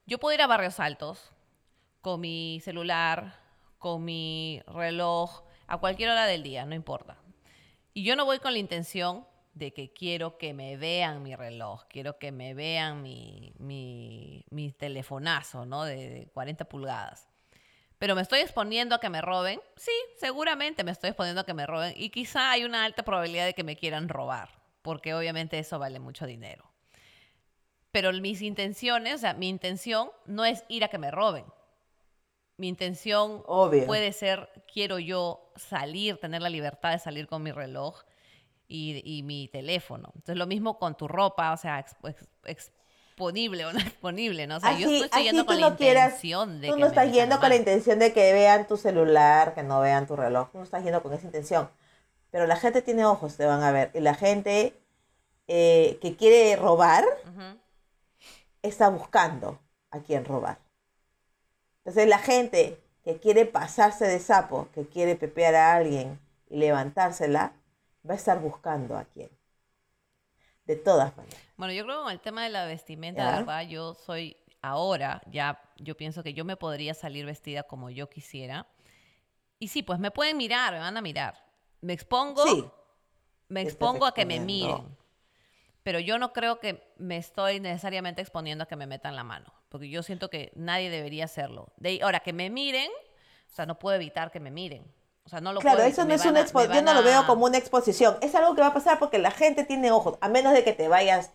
yo puedo ir a Barrios Altos con mi celular, con mi reloj, a cualquier hora del día, no importa. Y yo no voy con la intención de que quiero que me vean mi reloj, quiero que me vean mi, mi, mi telefonazo, ¿no? De, de cuarenta pulgadas. Pero me estoy exponiendo a que me roben. Sí, seguramente me estoy exponiendo a que me roben. Y quizá hay una alta probabilidad de que me quieran robar, porque obviamente eso vale mucho dinero. Pero mis intenciones, o sea, mi intención no es ir a que me roben. Mi intención Obvio. puede ser, quiero yo salir, tener la libertad de salir con mi reloj y, y mi teléfono. Entonces, lo mismo con tu ropa, o sea, ex, ex, exponible o no exponible, ¿no? O sea, Así, yo no estoy así yendo tú con la no quieras, intención de tú que no me estás metan yendo la con la mano. intención de que vean tu celular, que no vean tu reloj. Tú no estás yendo con esa intención. Pero la gente tiene ojos, te van a ver. Y la gente eh, que quiere robar Ujú. está buscando a quién robar. Entonces la gente que quiere pasarse de sapo, que quiere pepear a alguien y levantársela, va a estar buscando a quién. De todas maneras. Bueno, yo creo que con el tema de la vestimenta, de ¿Ya? verdad, yo soy ahora, ya yo pienso que yo me podría salir vestida como yo quisiera. Y sí, pues me pueden mirar, me van a mirar. Me expongo, Sí, me te estás expongo a que me exponiendo. miren. Pero yo no creo que me estoy necesariamente exponiendo a que me metan la mano, porque yo siento que nadie debería hacerlo. De ahora, que me miren, o sea, no puedo evitar que me miren. O sea, no lo Claro, puedo eso evitar. no Me es van una a, me exposición, yo van no lo veo como a... una exposición. Es algo que va a pasar porque la gente tiene ojos, a menos de que te vayas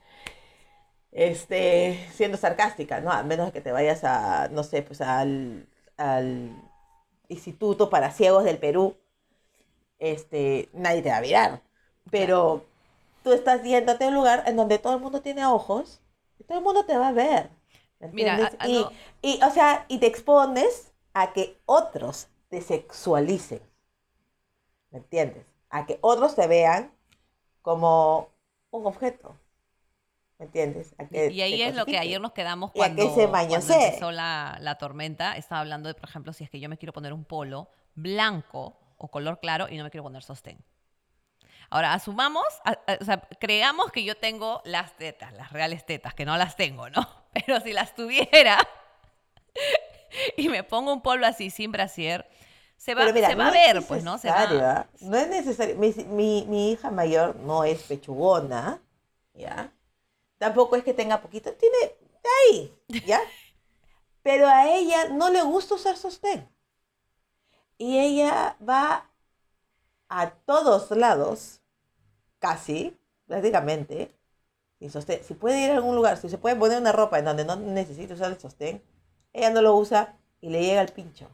este, siendo sarcástica, ¿no? A menos de que te vayas a, no sé, pues al, al Instituto para Ciegos del Perú, este, nadie te va a mirar. Claro. Pero tú estás yéndote a un lugar en donde todo el mundo tiene ojos y todo el mundo te va a ver, ¿me Mira, a- entiendes? Y, algo... y, o sea, y te expones a que otros te sexualicen, ¿me entiendes? A que otros te vean como un objeto, ¿me entiendes? A Y, que y te ahí es lo que ayer cosifiquen nos quedamos y a que se cuando, cuando mañosee. empezó la, la tormenta. Estaba hablando de, por ejemplo, si es que yo me quiero poner un polo blanco o color claro y no me quiero poner sostén. Ahora, asumamos, a- a- o sea, creamos que yo tengo las tetas, las reales tetas, que no las tengo, ¿no? Pero si las tuviera y me pongo un polo así sin brasier, se va, Pero mira, se va no a es ver, pues, ¿no? Se necesario, va... ¿ah? No es necesario. Mi, mi, mi hija mayor no es pechugona, ¿ya? Tampoco es que tenga poquito, tiene de ahí, ¿ya? Pero a ella no le gusta usar sostén. Y ella va a todos lados, casi, prácticamente, sin sostén. Si puede ir a algún lugar, si se puede poner una ropa en donde no necesita usar el sostén, ella no lo usa y le llega el pincho.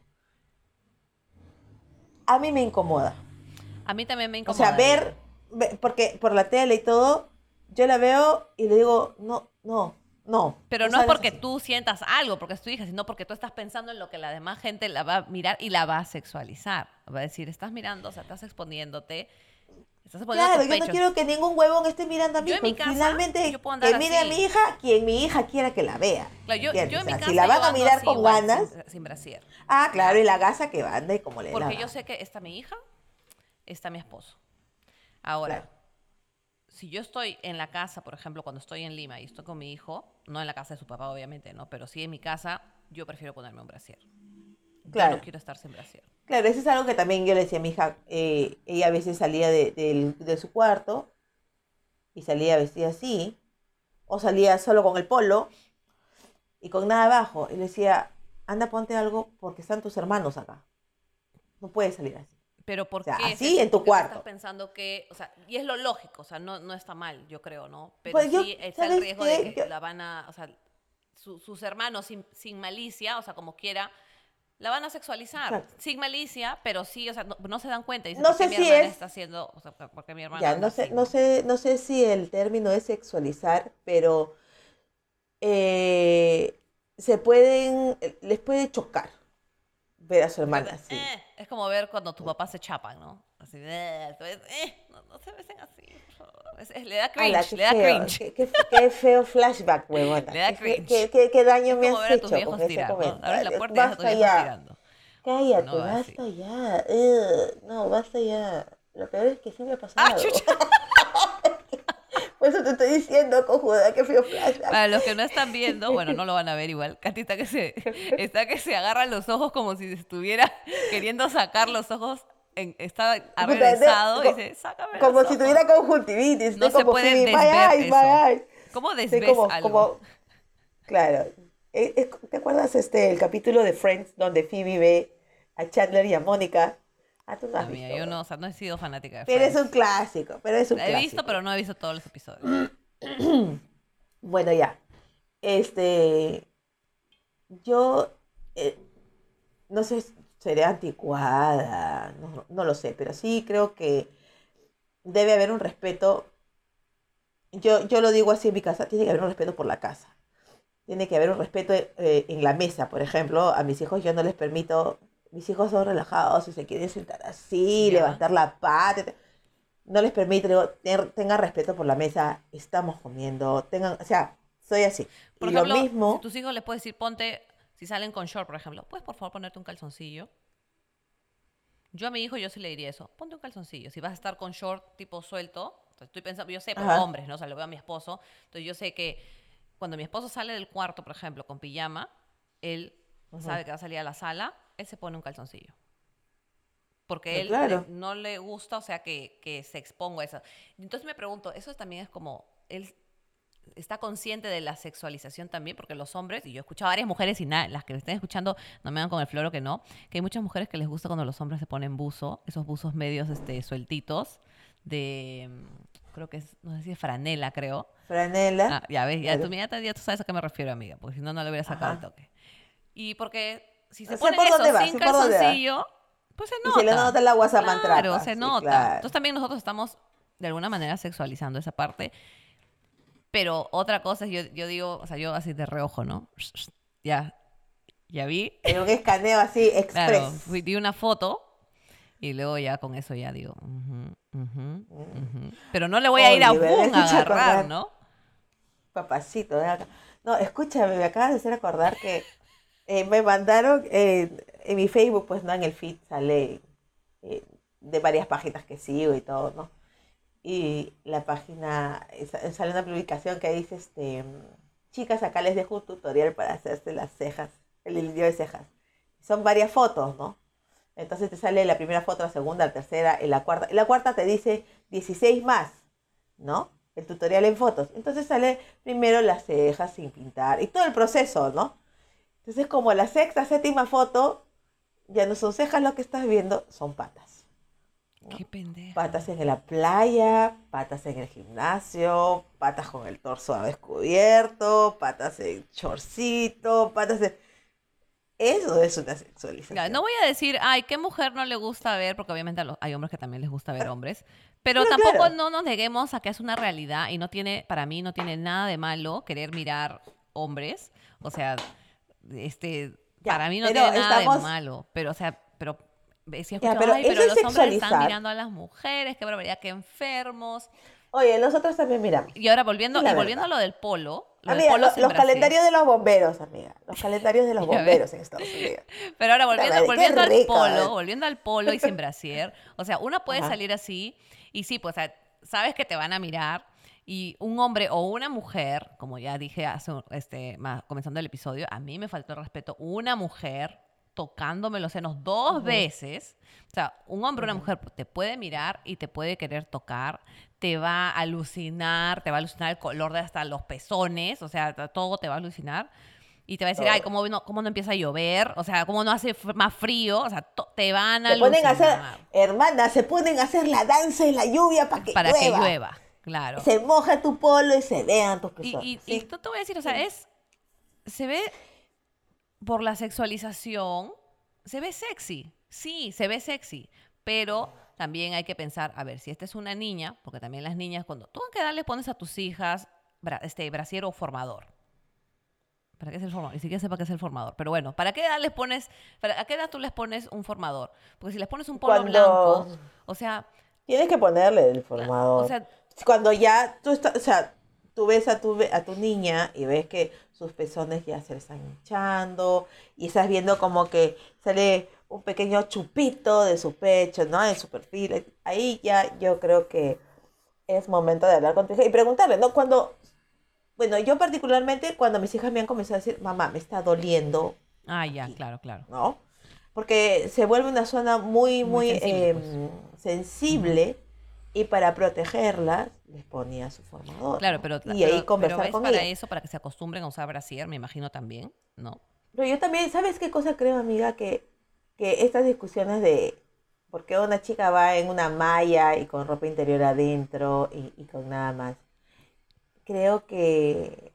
A mí me incomoda. A mí también me O sea, incomodaría. ver, ve- porque por la tele y todo, yo la veo y le digo, no, no, no, Pero no no es sales porque así. tú sientas algo, porque es tu hija, sino porque tú estás pensando en lo que la demás gente la va a mirar y la va a sexualizar. Va a decir, estás mirando, o sea, estás exponiéndote, estás exponiendo Claro, tus yo no pechos. quiero que ningún huevón esté mirando a mi Yo en hijo. mi Y casa, yo finalmente, puedo andar que mire a mi así. hija quien mi hija quiera que la vea. Claro, ¿Me yo, yo entiendes? en O mi sea, si casa la yo van a ando mirar así con igual, sin, ganas, sin brasier. ah, claro, ¿Ya? y la gasa que anda y como le dé la Porque yo gana. sé que está mi hija, está mi esposo. Ahora, Claro. si yo estoy en la casa, por ejemplo, cuando estoy en Lima y estoy con mi hijo, no en la casa de su papá, obviamente, ¿no? Pero sí en mi casa, yo prefiero ponerme un brasier. Yo no Claro. quiero estar sin brasier. Claro, eso es algo que también yo le decía a mi hija. Eh, ella a veces salía de, del- de su cuarto y salía vestida así, o salía solo con el polo y con nada abajo. Y le decía, anda, ponte algo porque están tus hermanos acá. No puedes salir así. Pero O ¿por sea, qué es así eso? en tu Porque tú estás cuarto. pensando que, o sea, y es lo lógico, o sea, no, no está mal, yo creo, ¿no? Pero Pues yo, sí está el ¿sabes riesgo de qué? que Yo, la van a, o sea, su- sus hermanos sin, sin malicia, o sea, como quiera, la van a sexualizar. exacto. Sin malicia, pero sí, o sea, no, no se dan cuenta. Dicen, No ¿por qué sé mi si hermana es, está haciendo, o sea, por qué mi hermano ya, anda no sé, así, no ¿no? sé, no sé si el término es sexualizar, pero eh, se pueden, les puede chocar ver a su Porque, hermana así. eh, es como ver cuando tus papás se chapan, ¿no? Así, eh, tú ves, eh, no, no se besen así, por favor. Es- es- le da ¡Hala, cringe, qué le da feo! cringe, ¡Qué, qué, qué feo flashback, huevona! le da ¿Qué, fe- cringe. qué, qué- qué daño Es me como has ver a tus hecho con viejos ese tirar, ¿no? Abres la comentario? puerta y ves a tus ¡Basta viejos ya! tirando. No Cállate, va así. basta ya. Ugh, no, basta ya. Lo peor es que sí me ha ¡Ah, pasado. chucha! Por eso te estoy diciendo, cojuda, que feo flashback. Para los que no están viendo, bueno, no lo van a ver igual. Katy está que se, está que se agarra los ojos como si estuviera queriendo sacar los ojos. En, está Puta, regresado no, y dice, sácame Como los si ojos. tuviera conjuntivitis. No ¿no? se Como puede Phoebe, desver my eyes, eso. my eyes. ¿Cómo Sí, desves como, algo? como, claro. Eh, eh, ¿Te acuerdas este, el capítulo de Friends donde Phoebe ve a Chandler y a Mónica? Ah, tú no has Amiga, visto. yo no, o sea, no he sido fanática de Pero es Friends. un clásico, pero es un La he clásico. visto, pero no he visto todos los episodios. Bueno, ya. Este, yo eh, no sé, seré anticuada, no, no lo sé, pero sí creo que debe haber un respeto. Yo, yo lo digo así en mi casa, tiene que haber un respeto por la casa. Tiene que haber un respeto eh, en la mesa, por ejemplo. A mis hijos yo no les permito, mis hijos son relajados y se quieren sentar así, Ya. levantar la pata. te- No les permito, digo, ten- tengan respeto por la mesa, estamos comiendo, tengan, o sea, soy así. Por Y ejemplo, lo si mismo, tus hijos les puedes decir, ponte, si salen con short, por ejemplo, ¿puedes por favor ponerte un calzoncillo? Yo a mi hijo yo sí le diría eso, ponte un calzoncillo. Si vas a estar con short tipo suelto, entonces estoy pensando, yo sé, por ajá, hombres, ¿no? O sea, lo veo a mi esposo, entonces yo sé que cuando mi esposo sale del cuarto, por ejemplo, con pijama, él ujú, sabe que va a salir a la sala, él se pone un calzoncillo. Porque no, él le- claro. no le gusta, o sea, que, que se exponga a eso. Entonces me pregunto, eso también es como, él está consciente de la sexualización también, porque los hombres, y yo he escuchado a varias mujeres y nada, las que me estén escuchando no me dan con el floro que no, que hay muchas mujeres que les gusta cuando los hombres se ponen buzo, esos buzos medios este, sueltitos, de, mm, creo que es, no sé si es franela, creo. Franela, Ah, ya ves, ya tú, claro, ya, te- ya tú sabes a qué me refiero, amiga, porque si no, no le hubiera sacado el ajá. toque. Y porque si se Sé ponen por eso dónde va, sin sé por dónde va. calzoncillo, pues se Y se le nota. nota la Claro, guasamantrapa, se sí, nota. Entonces claro. también nosotros estamos de alguna manera sexualizando esa parte. Pero otra cosa es, yo, yo digo, o sea, yo así de reojo, ¿no? Ya, ya vi. En un escaneo así, Claro, express. fui- di una foto y luego ya con eso ya digo, ujú, ujú, Mm. ujú. Pero no le voy a ir a Oye, me, me boom has a hecho agarrar, acordar, ¿no? papacito, ven acá. No, escúchame, me acabas de hacer acordar que eh, me mandaron eh, en mi Facebook, pues no, en el feed sale eh, de varias páginas que sigo y todo, ¿no? Y la página, eh, sa- sale una publicación que dice, este, chicas, acá les dejo un tutorial para hacerse las cejas, el hilillo de cejas. Son varias fotos, ¿no? Entonces te sale la primera foto, la segunda, la tercera, y la cuarta. Y la cuarta te dice dieciséis más, ¿no? El tutorial en fotos. Entonces sale primero las cejas sin pintar y todo el proceso, ¿no? Entonces como la sexta, séptima foto, ya no son cejas lo que estás viendo, son patas, ¿no? Qué pendeja. Patas en la playa, patas en el gimnasio, patas con el torso a descubierto, patas en chorcito, patas en... Eso es una Ya, sexualización. no voy a decir, ay, ¿qué mujer no le gusta ver? Porque obviamente a los- hay hombres que también les gusta ver hombres. Pero Pero tampoco claro, no nos neguemos a que es una realidad y no tiene, para mí no tiene nada de malo querer mirar hombres. O sea, este, ya, para mí no pero tiene nada de estamos, malo. Pero, o sea, pero eh, sí he ya, escuchado, pero ay, eso pero es los hombres están sexualizar. mirando a las mujeres, qué barbaridad, qué enfermos. Oye, nosotros también miramos. Y ahora Esa volviendo, es y la volviendo a verdad. lo del polo, lo del Amiga, polo lo- sin los brasier. calendarios de los bomberos, amiga. Los calendarios de los Ya ves. bomberos en Estados Unidos. Pero ahora Puta volviendo, madre, qué volviendo al rico. polo, volviendo al polo y sin brasier, o sea, una puede Ajá. salir así y sí, pues o sea, sabes que te van a mirar y un hombre o una mujer, como ya dije hace un- este, más, comenzando el episodio, a mí me faltó el respeto, una mujer tocándome los senos dos Ujú, veces, o sea, un hombre o una ujú. mujer te puede mirar y te puede querer tocar, te va a alucinar, te va a alucinar el color de hasta los pezones, o sea, todo te va a alucinar. Y te va a decir, ay, Todo. ¿cómo no, cómo no empieza a llover? O sea, ¿cómo no hace f- más frío? O sea, to- te van a Se ponen a hacer, alucinar hermana, se ponen a hacer la danza en la lluvia para que para que llueva. llueva, claro. Se moja tu polo y se vean tus Y, pezones, y, y ¿sí? no te voy a decir, o sea, es, se ve por la sexualización, se ve sexy, sí, se ve sexy, pero también hay que pensar, a ver, si esta es una niña, porque también las niñas, cuando tú a qué edad le pones a tus hijas bra- este, brasier o formador. ¿Para qué es el formador? Ni siquiera sé para qué es el formador. Pero bueno, ¿para qué edad les pones, para, a qué edad tú les pones un formador? Porque si les pones un polo Cuando blanco, o sea, tienes que ponerle el cla- o formador. sea, Cuando ya tú estás, o sea, tú ves a tu, be- a tu niña y ves que sus pezones ya se le están hinchando y estás viendo como que sale un pequeño chupito de su pecho, ¿no? En su perfil. Ahí ya yo creo que es momento de hablar con tu hija y preguntarle, ¿no? Cuando, bueno, yo particularmente cuando mis hijas me han comenzado a decir, mamá, me está doliendo Ah, ya, aquí, claro, claro. ¿no? Porque se vuelve una zona muy, Muy muy sensible, eh, pues. sensible y para protegerlas les ponía su formador, Claro, ¿no? pero, Y ahí pero, pero conversar ves con para ella. eso, para que se acostumbren a usar brasier, me imagino también, ¿no? Pero yo también, ¿sabes qué cosa creo, amiga? Que, que estas discusiones de por qué una chica va en una malla y con ropa interior adentro y, y con nada más, creo que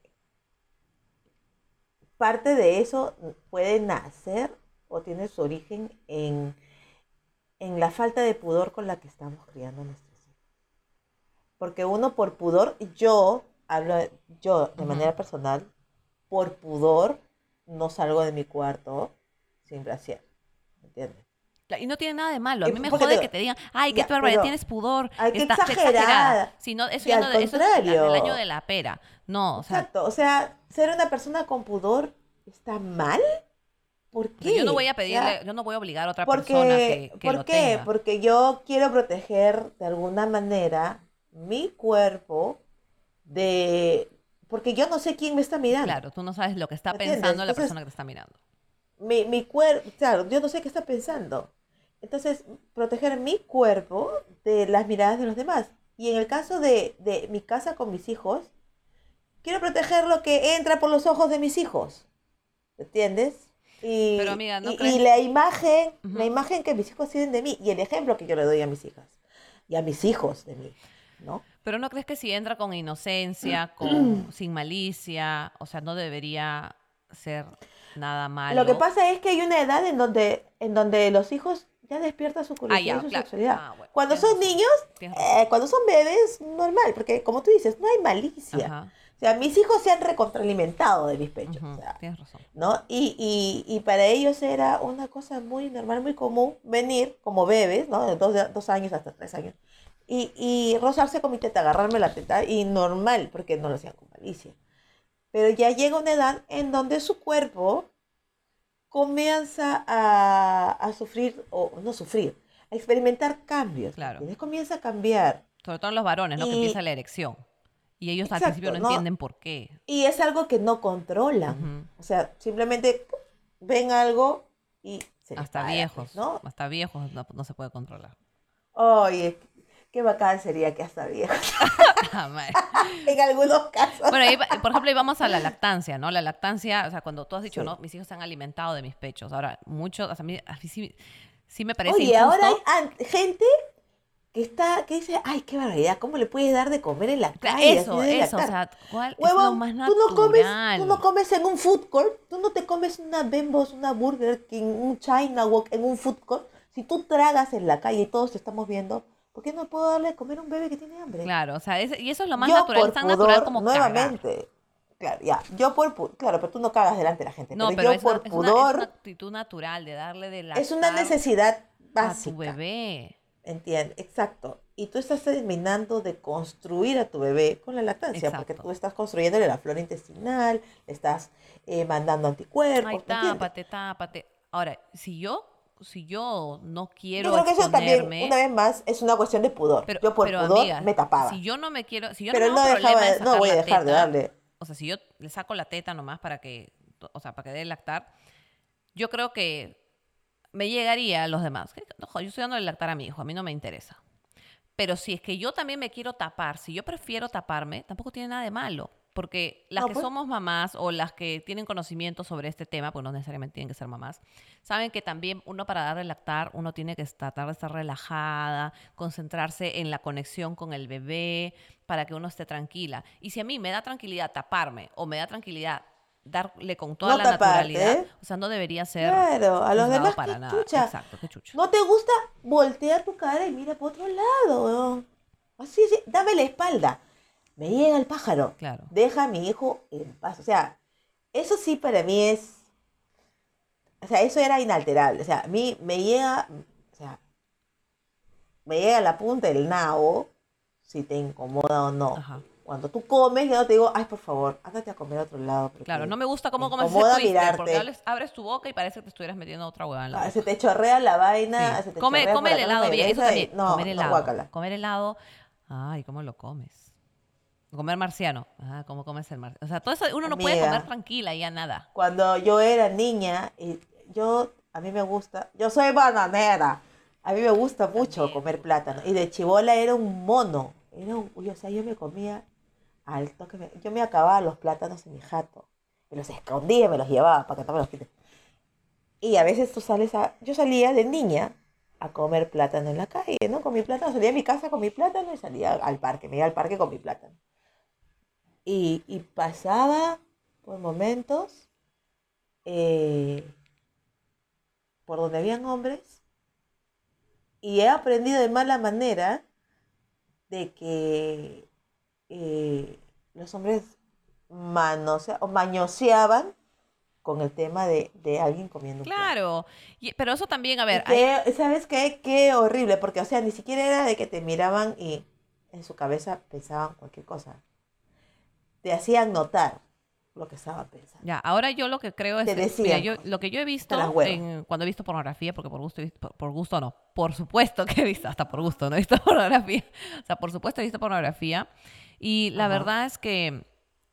parte de eso puede nacer o tiene su origen en, en la falta de pudor con la que estamos criando a nuestros hijos. Porque uno por pudor, yo hablo, yo de Ujú. manera personal, por pudor no salgo de mi cuarto sin brasier, ¿me entiendes? Cla- Y no tiene nada de malo. A Y mí me porque te jode digo, que te digan, ay, qué tu ya, barbaridad, pero, tienes pudor, ay, qué está, qué exagerada. exagerada. Si no, eso Y ya al no, eso es la- del año contrario, de la pera. No, o sea, exacto, o sea, ser una persona con pudor está mal. ¿Por o sea, yo no qué? voy a O sea, pedirle, yo no voy a obligar a otra persona porque, que, que ¿por lo qué? tenga. Porque yo quiero proteger de alguna manera mi cuerpo de... Porque yo no sé quién me está mirando, Claro, tú no sabes lo que está ¿me entiendes? pensando la Entonces, persona que te está mirando. mi, mi cuerpo, claro, yo no sé qué está pensando. Entonces, proteger mi cuerpo de las miradas de los demás. Y en el caso de, de mi casa con mis hijos, quiero proteger lo que entra por los ojos de mis hijos. ¿Entiendes? Pero Y, amiga, ¿no y, y crees? la imagen, la Ujú. imagen que mis hijos tienen de mí y el ejemplo que yo le doy a mis hijas y a mis hijos de mí, ¿no? Pero ¿no crees que si entra con inocencia, con sin malicia, o sea, no debería ser nada Lo que malo? pasa es que hay una edad en donde, en donde los hijos ya despiertan su Ah, curiosidad y ya, su claro. sexualidad. Ah, bueno, Cuando tienes son razón. niños, Tienes razón. eh, cuando son bebés, normal, porque como tú dices, no hay malicia. Ajá. O sea, mis hijos se han recontraalimentado de mis pechos, o Ujú, sea, tienes razón. ¿no? Y, y, y para ellos era una cosa muy normal, muy común venir como bebés, ¿no? De dos, de dos años hasta tres años. Y, y rozarse con mi teta, agarrarme la teta, y normal, porque no lo hacían con malicia. Pero ya llega una edad en donde su cuerpo comienza a, a sufrir, o no sufrir, a experimentar cambios, ¿me Claro. entiendes? Comienza a cambiar. Sobre todo en los varones, ¿no? Que empieza Y, la erección. Y ellos al principio exacto, no ¿no? entienden por qué. Y es algo que no controlan. Ujú. O sea, simplemente ven algo y se les Hasta para, viejos. pues, ¿no? Hasta viejos no, no se puede controlar. Oye, qué bacán sería que hasta viejos, Ah, madre. en algunos casos. Bueno, ahí va- por ejemplo, ahí vamos a la lactancia, ¿no? La lactancia, o sea, cuando tú has dicho, Sí. ¿no? Mis hijos se han alimentado de mis pechos. Ahora, mucho, o sea, a mí, a mí sí, sí me parece Oye, ahora hay injusto. an- gente que está, que dice, ay, qué barbaridad, ¿cómo le puedes dar de comer en la Cla- calle? Así Eso, de eso, o lactar. sea, ¿cuál es lo Huevón, más tú no comes, tú no natural? comes en un food court, tú no te comes una Bembos, una Burger King, un China Walk en un food court. Si tú tragas en la calle y todos te estamos viendo, ¿por qué no puedo darle de comer a un bebé que tiene hambre? Claro, o sea, es- y eso es lo más Yo natural, por es tan natural pudor, como cagar. nuevamente, claro, ya, yo por pudor, claro, pero tú no cagas delante de la gente, No, pero pero yo es una, por es una, es una pudor, actitud natural de darle de es una lactar necesidad a tu básica, bebé. ¿entiendes? Exacto. Y tú estás terminando de construir a tu bebé con la lactancia, porque Exacto. tú estás construyéndole la flora intestinal, le estás eh, mandando Ay, anticuerpos, ¿me entiendes? tápate, tápate. Ahora, si yo, si yo no Yo quiero creo que eso también, una exponerme, vez más, es una cuestión de pudor. pero, Yo por pero pudor amiga, me tapaba, si yo no me quiero, si yo no pero él tengo no dejaba, problema en de- no sacar voy a la dejar de teta, darle. o sea, si yo le saco la teta nomás para que, o sea, para que dé de lactar, yo creo que me llegaría a los demás. Que, No, jo, yo estoy dando de lactar a mi hijo, a mí no me interesa. Pero si es que yo también me quiero tapar, si yo prefiero taparme, tampoco tiene nada de malo. Porque las No, que pues, somos mamás o las que tienen conocimiento sobre este tema, pues no necesariamente tienen que ser mamás, saben que también uno para dar de lactar, uno tiene que estar- tratar de estar relajada, concentrarse en la conexión con el bebé, para que uno esté tranquila. Y si a mí me da tranquilidad taparme o me da tranquilidad darle con toda no la taparte, naturalidad, ¿eh? o sea, no debería ser Claro, a los juzgado demás, para qué nada. chucha. Exacto, qué chucho. ¿No te gusta? Voltea tu cara y mira para otro lado, weón. Así, sí, dame la espalda. Me llega el pájaro. Claro. Deja a mi hijo en paz. O sea, eso sí para mí es... O sea, eso era inalterable. O sea, a mí me llega... O sea, me llega a la punta del nabo si te incomoda o no. Ajá. Cuando tú comes, yo no te digo, ay, por favor, ándate a comer a otro lado. Porque Claro, no me gusta cómo me comes ese incomoda twister, porque mirarte. abres, abres tu boca y parece que te estuvieras metiendo otra hueá en la Ah, boca. se te chorrea la vaina, Sí. se te Come, chorrea come por el acá la helado bien, eso mayonesa y- también. No, comer no, helado. guácala. Comer helado. Ay, ¿cómo lo comes? Comer marciano. Ah, ¿cómo comes el marciano? O sea, todo eso uno no Amiga, puede comer tranquila, ya nada. cuando yo era niña, y yo, a mí me gusta, yo soy bananera, a mí me gusta mucho También me comer gusta. plátano. Y de chibola era un mono, era un, o sea, yo me comía alto, que me- yo me acababa los plátanos en mi jato, me los escondía, me los llevaba para que no me los quiten. Y a veces tú sales a, yo salía de niña a comer plátano en la calle, ¿no? Con mi plátano, salía de mi casa con mi plátano y salía al parque, me iba al parque con mi plátano. Y, y pasaba por momentos eh, por donde habían hombres y he aprendido de mala manera de que eh, los hombres manosea, o mañoseaban con el tema de, de alguien comiendo un plátano. Claro, y- pero eso también, a Y ver, hay... que, ¿sabes qué? Qué horrible, porque, o sea, ni siquiera era de que te miraban y en su cabeza pensaban cualquier cosa. Te hacían notar lo que estaban pensando. Ya, ahora yo lo que creo es Te que, mira, decían yo cosas. lo que yo he Hasta las visto huevas. en, cuando he visto pornografía, porque por gusto, he visto- por, por gusto no, por supuesto que he visto, hasta por gusto, no he visto pornografía, o sea, por supuesto he visto pornografía, y la Ajá. verdad es que,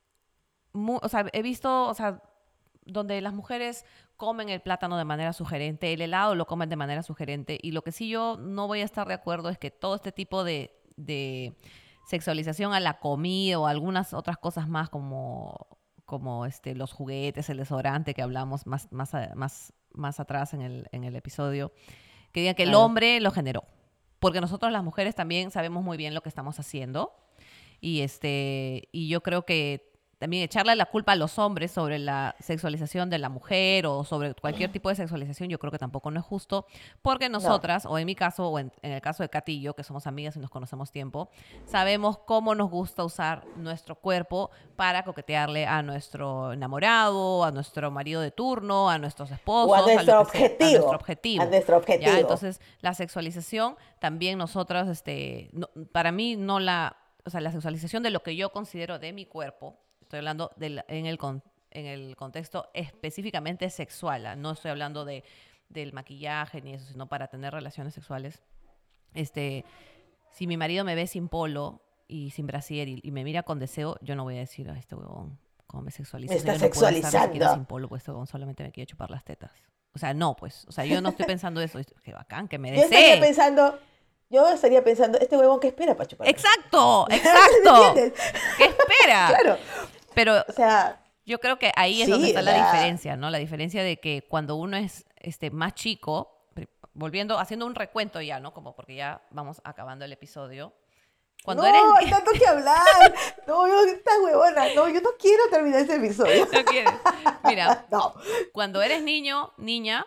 mu- o sea, he visto, o sea, donde las mujeres comen el plátano de manera sugerente, el helado lo comen de manera sugerente, y lo que sí yo no voy a estar de acuerdo es que todo este tipo de, de sexualización a la comida o algunas otras cosas más como, como este, los juguetes, el desodorante que hablamos más, más, a- más, más atrás en el, en el episodio, que digan que el Claro. hombre lo generó. Porque nosotros las mujeres también sabemos muy bien lo que estamos haciendo y, este, y yo creo que también echarle la culpa a los hombres sobre la sexualización de la mujer o sobre cualquier tipo de sexualización, yo creo que tampoco no es justo, porque No. nosotras, o en mi caso, o en, en el caso de Katy y yo, que somos amigas y nos conocemos tiempo, sabemos cómo nos gusta usar nuestro cuerpo para coquetearle a nuestro enamorado, a nuestro marido de turno, a nuestros O a esposos, a lo nuestro que sea, a nuestro objetivo. A objetivo. nuestro ¿Ya? objetivo. Entonces, la sexualización también nosotras, este, no- para mí no la, o sea, la sexualización de lo que yo considero de mi cuerpo, estoy hablando del- en, el con- en el contexto específicamente sexual, ¿ah? No estoy hablando de, del maquillaje ni eso, sino para tener relaciones sexuales. Este, si mi marido me ve sin polo y sin brasier y, y me mira con deseo, yo no voy a decir a este huevón cómo me Me sexualiza. O sea, está yo no puedo estar ni siquiera sexualizando. sin polo, pues este huevón solamente me quiere chupar las tetas. O sea, no, pues. O sea, yo no estoy pensando eso. Qué bacán, que me Yo estaría desee. pensando, yo estaría pensando, este huevón que espera para chuparme. Exacto, ¿Me exacto. entiendes? ¿Qué espera? Claro. Pero O sea, yo creo que ahí es donde sí, está o la sea, diferencia, ¿no? La diferencia de que cuando uno es este, más chico, pri- volviendo, haciendo un recuento ya, ¿no? Como porque ya vamos acabando el episodio. Cuando eres... no, hay tanto que hablar. No, yo, esta huevona, no, yo no quiero terminar ese episodio. ¿No quieres? Mira, No. cuando eres niño, niña,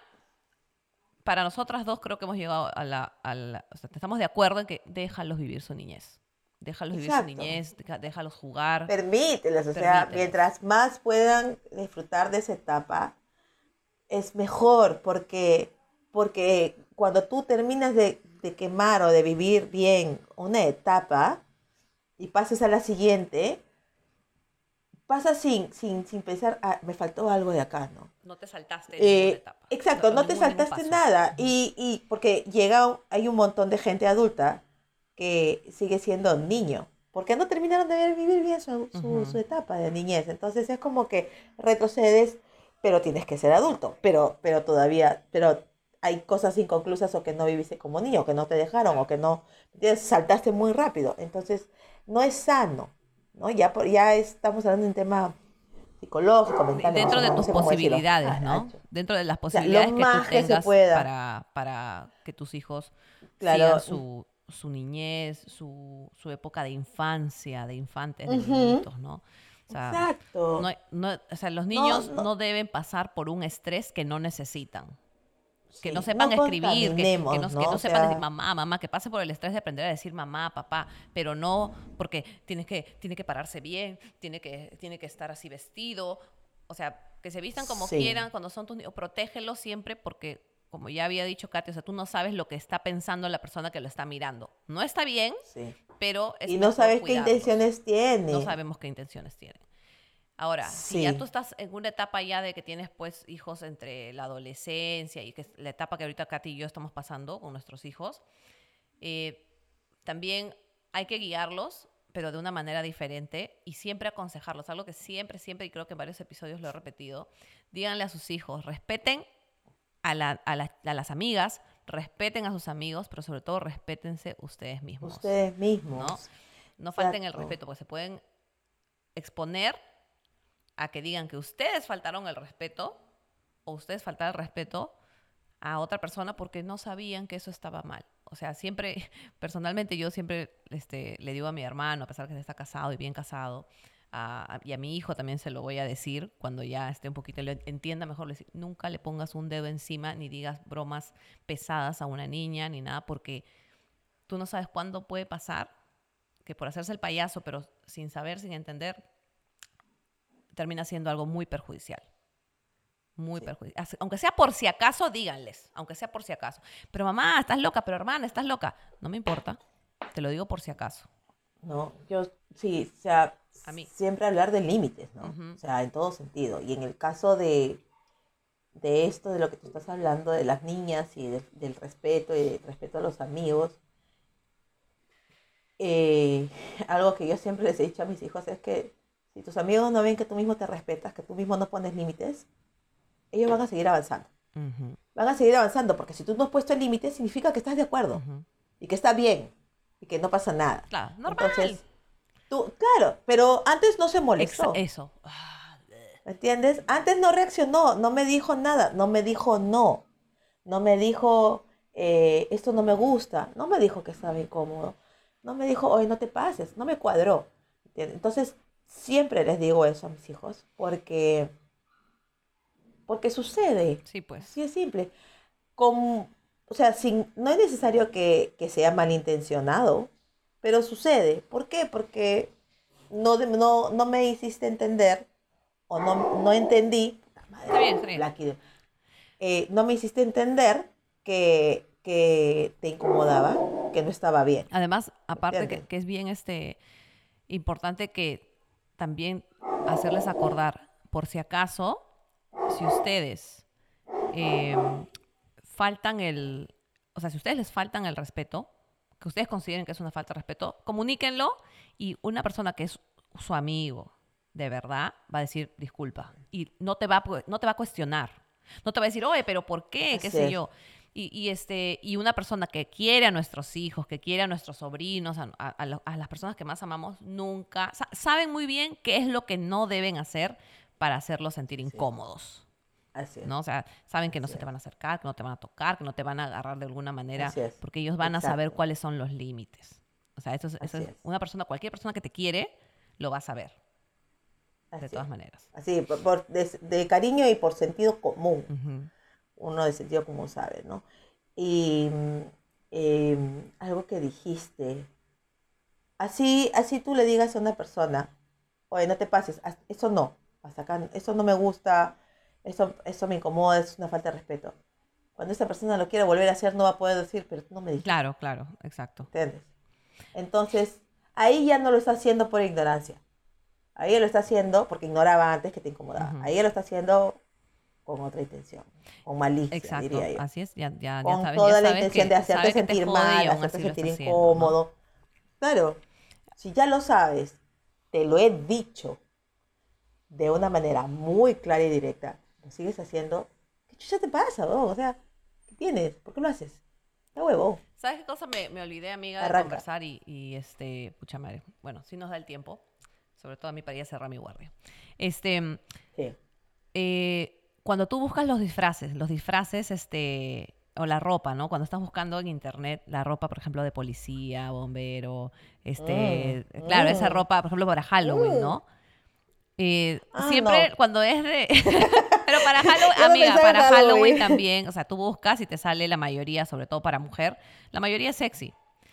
para nosotras dos creo que hemos llegado a la, a la- o sea, estamos de acuerdo en que déjalos vivir su niñez. Déjalos vivir su Exacto. niñez, deja- déjalos jugar, Permíteles, o sea, permíteles. mientras más puedan disfrutar de esa etapa, es mejor porque, porque cuando tú terminas de, de quemar o de vivir bien una etapa y pasas a la siguiente, pasas sin, sin, sin pensar, ah, me faltó algo de acá, ¿no? No te saltaste ninguna Eh, etapa. exacto, o no te ningún- ningún saltaste paso. nada. Ujú. Y, y porque llega, un- hay un montón de gente adulta que sigue siendo niño. Porque no terminaron de ver- vivir bien su, su, Ujú. su etapa de niñez. Entonces es como que retrocedes, pero tienes que ser adulto. Pero, pero todavía, pero hay cosas inconclusas o que no viviste como niño, o que no te dejaron, o que no, ya saltaste muy rápido. Entonces, no es sano, ¿no? Ya, por- ya estamos hablando de un tema psicológico, De- mental, Dentro de emocional, no tus sé cómo decirlo. posibilidades, Ah, ¿no? ancho. Dentro de las O sea, lo posibilidades que tú más que se tengas pueda. para, para que tus hijos sigan Claro. su, su niñez, su, su época de infancia, de infantes, de Ujú. niñitos, ¿no? O sea, Exacto. no, hay- no- o sea, los No, niños no. no deben pasar por un estrés que no necesitan. Que no Sí, sepan no escribir, que, que, no, contaminemos, que ¿no? no O sepan decir sea, mamá, mamá, que pase por el estrés de aprender a decir mamá, papá, pero no porque tienes que, tiene que pararse bien, tiene que, tiene que estar así vestido, o sea, que se vistan como sí. quieran cuando son tus niños, protégelos siempre porque, como ya había dicho Katy, o sea, tú no sabes lo que está pensando la persona que lo está mirando. No está bien, Sí. pero es Y no mejor sabes qué cuidarlos. intenciones tiene. No sabemos qué intenciones tienen. Ahora, si ya Sí. tú estás en una etapa ya de que tienes pues hijos entre la adolescencia y que es la etapa que ahorita Katy y yo estamos pasando con nuestros hijos, eh, también hay que guiarlos, pero de una manera diferente y siempre aconsejarlos. Algo que siempre, siempre, y creo que en varios episodios lo he repetido, díganle a sus hijos, respeten a, la, a, la, a las amigas, respeten a sus amigos, pero sobre todo respétense ustedes mismos. Ustedes mismos. ¿No? No falten el Exacto. respeto, porque se pueden exponer a que digan que ustedes faltaron el respeto o ustedes faltaron el respeto a otra persona porque no sabían que eso estaba mal. O sea, siempre, personalmente yo siempre este, le digo a mi hermano, a pesar que él está casado y bien casado, a, a, y a mi hijo también se lo voy a decir cuando ya esté un poquito, lo entienda mejor, le digo, nunca le pongas un dedo encima ni digas bromas pesadas a una niña ni nada, porque tú no sabes cuándo puede pasar que por hacerse el payaso, pero sin saber, sin entender, termina siendo algo muy perjudicial. Muy Sí. perjudicial. Aunque sea por si acaso, díganles. Aunque sea por si acaso. Pero mamá, estás loca. Pero hermana, estás loca. No me importa. Te lo digo por si acaso. No, yo sí, o sea, A mí. siempre hablar de límites, ¿no? Ujú. O sea, en todo sentido. Y en el caso de, de esto, de lo que tú estás hablando, de las niñas y de- del respeto y del respeto a los amigos, eh, algo que yo siempre les he dicho a mis hijos es que si tus amigos no ven que tú mismo te respetas, que tú mismo no pones límites, ellos van a seguir avanzando. Ujú, Van a seguir avanzando, porque si tú no has puesto límites, significa que estás de acuerdo ujú. y que está bien y que no pasa nada. Claro, normal. Entonces, tú, claro, pero antes no se Exa- molestó. eso. Ah, ¿Me entiendes? Antes no reaccionó, no me dijo nada, no me dijo no, no me dijo eh, esto no me gusta, no me dijo que estaba incómodo, no me dijo, oye, no te pases, no me cuadró. ¿Entiendes? Entonces, siempre les digo eso a mis hijos, porque, porque sucede, sí, pues. así es simple. Con, o sea, sin, no es necesario que, que sea malintencionado, pero sucede. ¿Por qué? Porque no, de- no, no me hiciste entender o no, no entendí, puta madre, Está bien, está bien. Blacky, eh, no me hiciste entender que, que te incomodaba, que no estaba bien. Además, aparte que, ¿Entiendes? que es bien este importante que también hacerles acordar, por si acaso, si ustedes eh, faltan el, o sea, si ustedes les faltan el respeto, que ustedes consideren que es una falta de respeto, comuníquenlo y una persona que es su amigo, de verdad, va a decir disculpa y no te va a, pu- no te va a cuestionar, no te va a decir, oye, pero ¿por qué? ¿Qué Así sé es. yo? Y, y, este, y una persona que quiere a nuestros hijos, que quiere a nuestros sobrinos, a, a- a lo- a las personas que más amamos, nunca sa- saben muy bien qué es lo que no deben hacer para hacerlos sentir Sí. incómodos, Así es. ¿no? O sea, saben que no Así se te es. van a acercar, que no te van a tocar, que no te van a agarrar de alguna manera, Así es. porque ellos van a saber Exacto. cuáles son los límites. O sea, eso es, eso Así es es. una persona, cualquier persona que te quiere, lo va a saber, de Así todas es. maneras. Así, por, por- de, de cariño y por sentido común. Ujú. Uno de sentido común sabe, ¿no? Y mm, em, algo que dijiste, así, así tú le digas a una persona, oye, no te pases, haz- eso no, hasta acá, eso no me gusta, eso, eso me incomoda, es una falta de respeto. Cuando esa persona lo quiere volver a hacer, no va a poder decir, pero tú no me dijiste, Claro, claro, exacto. ¿entiendes? Entonces, ahí ya no lo está haciendo por ignorancia. Ahí él lo está haciendo porque ignoraba antes que te incomodaba. Ujú. Ahí él lo está haciendo con otra intención, con malicia, Exacto, diría yo. así es, ya, ya, ya Con sabes, toda ya la sabes intención que, de hacerte sabe que te sentir jode mal, y aún hacerte así lo está sentir haciendo, ¿no? incómodo. Claro, si ya lo sabes, te lo he dicho de una manera muy clara y directa, lo sigues haciendo, ¿qué chucha te pasa, weón? O sea, ¿qué tienes? ¿Por qué lo haces? Está huevo. ¿Sabes qué cosa me, me olvidé, amiga, de Arranca. conversar? Y, y este, pucha madre, bueno, sí nos da el tiempo, sobre todo a mí para ir a cerrar mi guardia. Este, Sí. eh, cuando tú buscas los disfraces, los disfraces, este, o la ropa, ¿no? Cuando estás buscando en internet la ropa, por ejemplo, de policía, bombero, este, Mm, claro, esa mm, ropa, por ejemplo, para Halloween, mm. ¿no? Eh, Ah, siempre no. cuando es de... Pero para Halloween, Yo no amiga, pensaba en para Halloween Halloween. también, o sea, tú buscas y te sale la mayoría, sobre todo para mujer, la mayoría es sexy.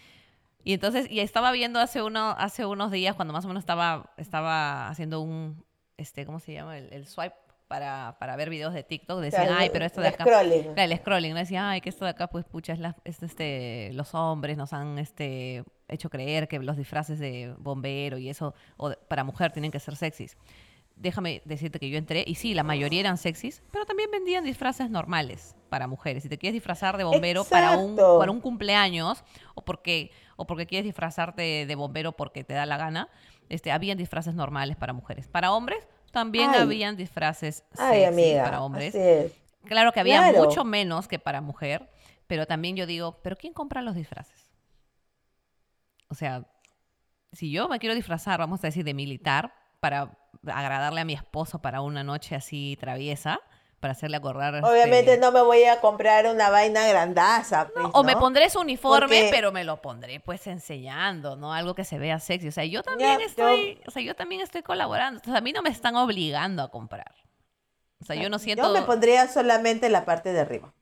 Y entonces, y estaba viendo hace, uno, hace unos días, cuando más o menos estaba, estaba haciendo un, este, ¿cómo se llama? El, el swipe para, para ver videos de TikTok. Decían, Claro, ay, pero esto de el acá... scrolling. Claro, el scrolling, ¿no? Decían, ay, que esto de acá, pues, pucha, es, la, es este, los hombres nos han este, hecho creer que los disfraces de bombero y eso, o de- para mujer, tienen que ser sexys. Déjame decirte que yo entré y sí, la mayoría eran sexys, pero también vendían disfraces normales para mujeres. Si te quieres disfrazar de bombero para un, Exacto. para un cumpleaños o porque, o porque quieres disfrazarte de bombero porque te da la gana, este, habían disfraces normales para mujeres. Para hombres también Ay. habían disfraces Ay, sexys amiga, para hombres. así es. Claro que había Claro. mucho menos que para mujer, pero también yo digo, ¿pero quién compra los disfraces? O sea, si yo me quiero disfrazar, vamos a decir, de militar, para agradarle a mi esposo para una noche así traviesa, para hacerle acordar... Obviamente este, no me voy a comprar una vaina grandaza, pues, o me ¿no? pondré su uniforme, Porque- pero me lo pondré pues enseñando, ¿no? Algo que se vea sexy. O sea, yo también Ya, estoy, o sea, yo también estoy colaborando. O sea, a mí no me están obligando a comprar. O sea, yo no siento... Yo me pondría solamente la parte de arriba.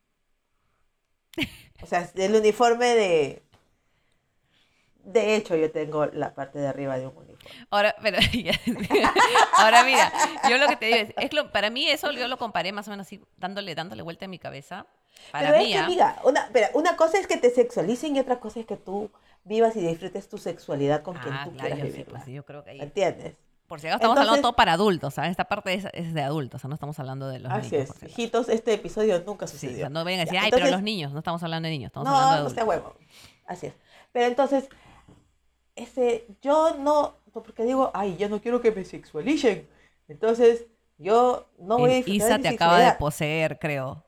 O sea, el uniforme de... De hecho, yo tengo la parte de arriba de un uniforme. Ahora, pero, ahora mira, yo lo que te digo es, es lo- para mí eso yo lo comparé más o menos así, dándole, dándole vuelta en mi cabeza. Para Pero mí, es que, ¿ah? amiga, una, espera, una cosa es que te sexualicen y otra cosa es que tú vivas y disfrutes tu sexualidad con quien Ah, tú claro, quieras yo sí, vivirla. pues sí, yo creo que ¿Me ahí... entiendes? Por si acaso estamos hablando Entonces- todo para adultos, ¿sabes? Esta parte es, es de adultos, o sea, no estamos hablando de los Así niños. es, por si acaso. hijitos, este episodio nunca Sí, o sucedió. sea, no vayan a decir, Ya, ay, pero entonces- los niños, no estamos hablando de niños, estamos hablando de No, no adultos. sea huevo. Así es. Pero entonces, ese, yo no, porque digo, ay, yo no quiero que me sexualicen. Entonces, yo no voy a El disfrutar Isa de te mi acaba de sexualidad. poseer, creo.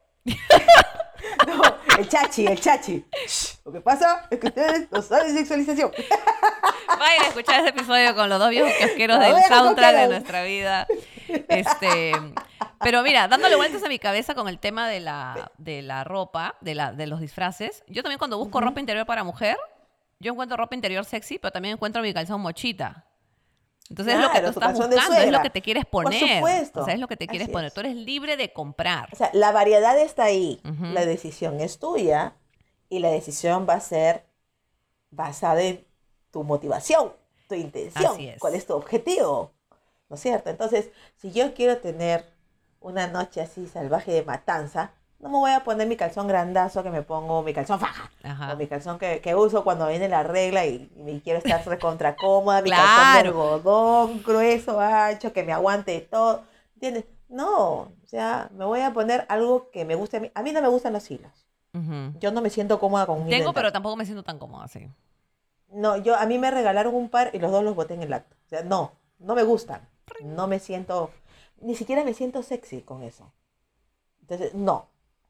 No, el chachi, el chachi. Shh, lo que pasa es que ustedes no saben sexualización. Vayan a escuchar ese episodio con los dos viejos kiosqueros Los del viejos soundtrack de kiosqueros. nuestra vida. Este, pero mira, dándole vueltas a mi cabeza con el tema de la, de la ropa, de, la, de los disfraces, yo también cuando busco Ujú. ropa interior para mujer, yo encuentro ropa interior sexy, pero también encuentro mi calzón mochita. Entonces es lo que Claro, tú tu estás calzón de buscando, es lo suegra. que te quieres Por poner. supuesto. O sea, es lo que te quieres Así poner. es. Tú eres libre de comprar. O sea, la variedad está ahí. Ujú. La decisión es tuya y la decisión va a ser basada en tu motivación, tu intención. Así es. ¿Cuál es tu objetivo? ¿No es cierto? Entonces, si yo quiero tener una noche así salvaje de matanza, no me voy a poner mi calzón grandazo que me pongo, mi calzón faja, Ajá. o mi calzón que, que uso cuando viene la regla y, y quiero estar recontra cómoda, mi Claro. calzón de algodón, grueso, ancho, que me aguante todo. ¿Entiendes? No, o sea, me voy a poner algo que me guste a mí. A mí no me gustan los hilos. Ujú. Yo no me siento cómoda con un hilo Tengo, dental. pero tampoco me siento tan cómoda así. No, yo, a mí me regalaron un par y los dos los boté en el acto. O sea, no, no me gustan. No me siento, ni siquiera me siento sexy con eso. Entonces, no.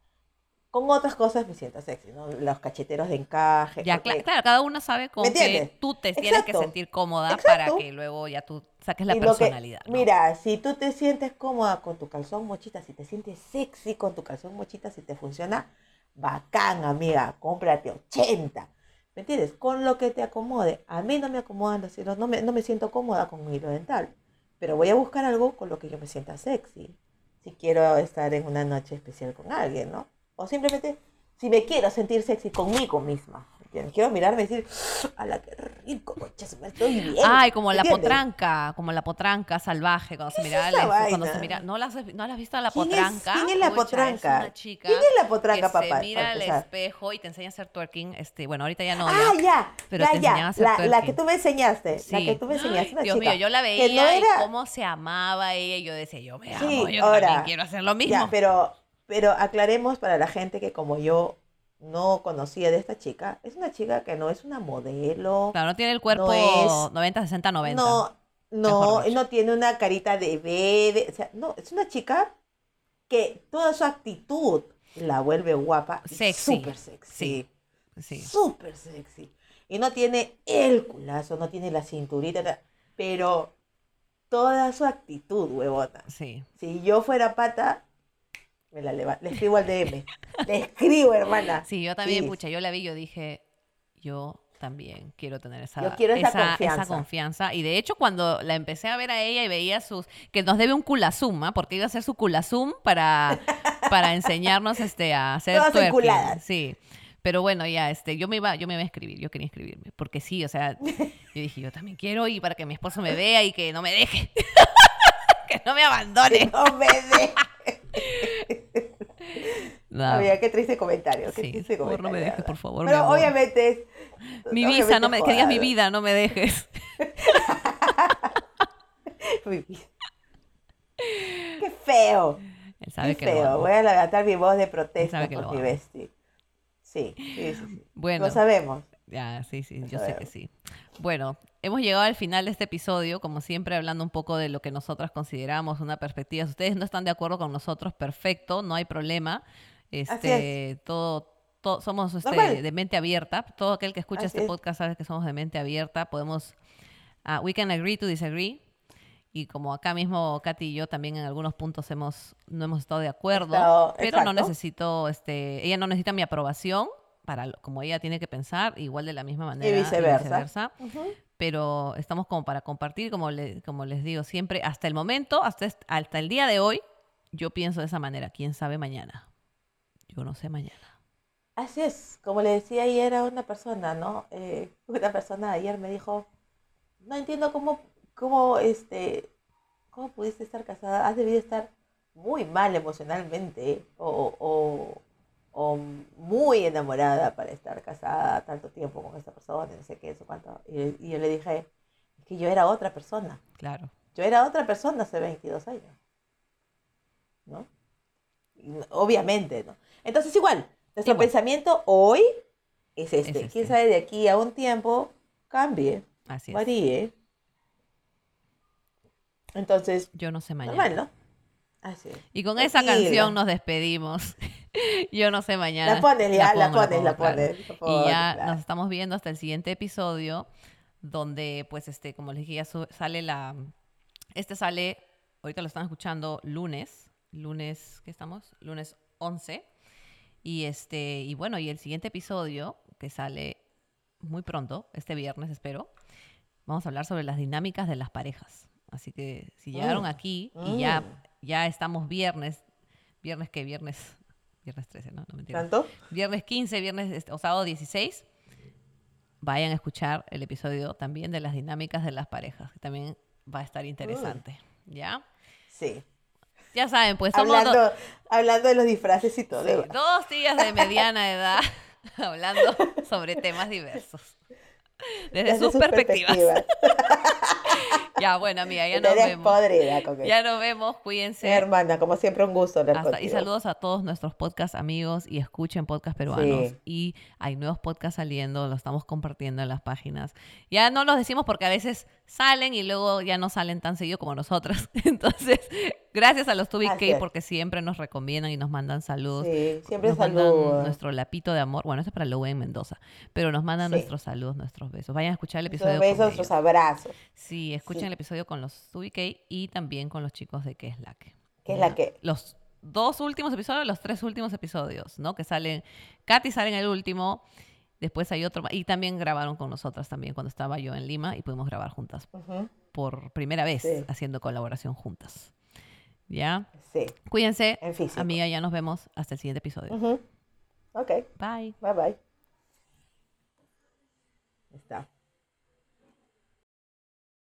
Con otras cosas me siento sexy, ¿no? Los cacheteros de encaje. Ya, porque- cla- claro, cada uno sabe con ¿Me qué entiendes? tú te tienes que Exacto. sentir cómoda para Exacto. que luego ya tú saques la y lo que- personalidad. ¿no? Mira, si tú te sientes cómoda con tu calzón mochita, si te sientes sexy con tu calzón mochita, si te funciona, bacán, amiga, cómprate ochenta. ¿Me entiendes? Con lo que te acomode. A mí no me acomodan los hilos, no me, no me siento cómoda con un hilo dental. Pero voy a buscar algo con lo que yo me sienta sexy. Si quiero estar en una noche especial con alguien, ¿no? O simplemente, si me quiero sentir sexy conmigo misma. ¿Entiendes? Quiero mirarme y decir, ¡ala, qué rico, concha, su madre, estoy bien! Ay, como la ¿Entiendes? potranca, como la potranca salvaje, cuando se ¿Qué es mira, esa al espe- cuando se vaina? mira, ¿no la has, ¿no la has visto a la ¿Quién es- potranca? quién es la Pucha, potranca? Es una chica ¿Quién es la potranca, que papá? se mira Para al empezar. espejo y te enseña a hacer twerking, este, bueno, ahorita ya no, Ah, ya, ya, pero ya, te enseñaba a ya. hacer La, la twerking. que tú me enseñaste. La Sí. que tú me enseñaste, Ay, una Dios chica. mío, yo la que veía no era... y cómo se amaba ella y yo decía, yo me Sí, amo, yo ahora, también quiero hacer lo mismo. Ya, pero, pero aclaremos para la gente que como yo no conocía de esta chica, es una chica que no es una modelo, Claro, no tiene el cuerpo no es- noventa, sesenta, noventa. no, no, mejor dicho. no tiene una carita de bebé, o sea, no, es una chica que toda su actitud la vuelve guapa y Sexy, súper sexy. sí. Sí. Súper sexy. Y no tiene el culazo, no tiene la cinturita, ta- pero toda su actitud, huevota. Sí. Si yo fuera pata, me la levanto. Le escribo al D M. Le escribo, hermana. Sí, yo también, Sí. pucha, yo la vi, yo dije, yo también quiero tener esa, Yo quiero esa confianza. confianza. Y de hecho, cuando la empecé a ver a ella y veía sus, que nos debe un culazum, ¿ah? Porque iba a hacer su culazum para, para enseñarnos este, a hacer Todas twerking. enculadas. Sí. Pero bueno, ya, este, yo me iba, yo me iba a escribir, yo quería inscribirme. Porque sí, o sea, yo dije, yo también quiero y para que mi esposo me vea y que no me deje. Que no me abandone. No me de. No. Amiga, qué triste comentario. Qué Sí, triste por favor, comentario. no me dejes, ¿verdad? por favor, mi Pero amor. obviamente es. Mi obviamente visa, no me, que digas mi joda, vida, no me dejes. Mi vida. Qué feo. Él sabe Qué que lo feo. amo. Voy a levantar mi voz de protesta sabe que por lo mi amo. bestie. Sí, sí, sí, sí. Bueno. Lo sabemos. Ya, sí, sí, yo A sé ver. que sí. Bueno, hemos llegado al final de este episodio, como siempre, hablando un poco de lo que nosotras consideramos una perspectiva. Si ustedes no están de acuerdo con nosotros, perfecto, no hay problema. Así es. Este, todo, todo, somos este, Normal. de mente abierta. Todo aquel que escucha Así este es. podcast sabe que somos de mente abierta. Podemos, ah, we can agree to disagree. Y como acá mismo Katy y yo también en algunos puntos hemos, no hemos estado de acuerdo, Estado- pero no exacto. necesito, este, ella no necesita mi aprobación para lo- como ella tiene que pensar, igual de la misma manera Y viceversa. viceversa. Ujú. Pero estamos como para compartir, como, le- como les digo siempre, hasta el momento, hasta, est- hasta el día de hoy, yo pienso de esa manera. ¿Quién sabe mañana? Yo no sé mañana. Así es. Como le decía ayer a una persona, ¿no? Eh, una persona ayer me dijo, no entiendo cómo, cómo, este, cómo pudiste estar casada. Has debido estar muy mal emocionalmente o, o, o muy enamorada para estar casada tanto tiempo con esta persona, y no sé qué, eso cuánto. Y, y yo le dije, es que yo era otra persona. Claro. Yo era otra persona hace veintidós años, ¿no? Y no- obviamente, ¿no? Entonces igual, nuestro Igual. pensamiento hoy es este. Es este. Quién sabe de aquí a un tiempo cambie, Así es. varíe. Entonces, Yo no sé mañana. normal, ¿no? Así es. Y con esa Tranquila. canción nos despedimos. Yo no sé mañana. La pones ya, la pongo, pones, la pongo, claro. pones. la Y pones, ya claro. nos estamos viendo hasta el siguiente episodio, donde, pues, este, como les dije, ya su- sale la... Este sale, ahorita lo están escuchando lunes, lunes, ¿qué estamos? Lunes once. Y este, y bueno, y el siguiente episodio, que sale muy pronto, este viernes espero, vamos a hablar sobre las dinámicas de las parejas. Así que si llegaron Mm, aquí y ya, mm. ya estamos viernes, viernes que viernes, viernes trece, no, no mentira. ¿Tanto? Viernes quince, viernes este, o sábado dieciséis, vayan a escuchar el episodio también de las dinámicas de las parejas, que también va a estar interesante, ¿ya? Sí. Ya saben, pues somos do- Hablando, hablando de los disfraces y todo. sí, ¿verdad? dos tías de mediana edad hablando sobre temas diversos. Desde, Desde sus, perspectivas. Ya, bueno, amiga, ya nos Estarías vemos. podrida con Ya eso. nos vemos, Mi cuídense. hermana, como siempre, un gusto hablar Hasta- y contigo. saludos a todos nuestros podcast amigos y escuchen podcast peruanos. Sí. Y hay nuevos podcasts saliendo, los estamos compartiendo en las páginas. Ya no los decimos porque a veces salen y luego ya no salen tan seguido como nosotras. Entonces, gracias a los Así Tubi K es. porque siempre nos recomiendan y nos mandan saludos. Sí, siempre Nos mandan saludos. nuestro lapito de amor. Bueno, eso es para Lowe en Mendoza. Pero nos mandan Sí. nuestros saludos, nuestros besos. Vayan a escuchar el Nuestros episodio besos, con nuestros ellos. abrazos. Sí, escuchen Sí. el episodio con los Tubi K y también con los chicos de ¿Qué es la que? ¿Qué es ¿Ya? la que? Los dos últimos episodios, los tres últimos episodios, ¿no? Que salen, Katy sale en el último, después hay otro, ma- y también grabaron con nosotras también cuando estaba yo en Lima y pudimos grabar juntas Ujú. por primera vez, Sí. haciendo colaboración juntas. ¿Ya? Sí, Cuídense, en físico. amiga, ya nos vemos hasta el siguiente episodio. Ujú. Ok, Bye. bye bye.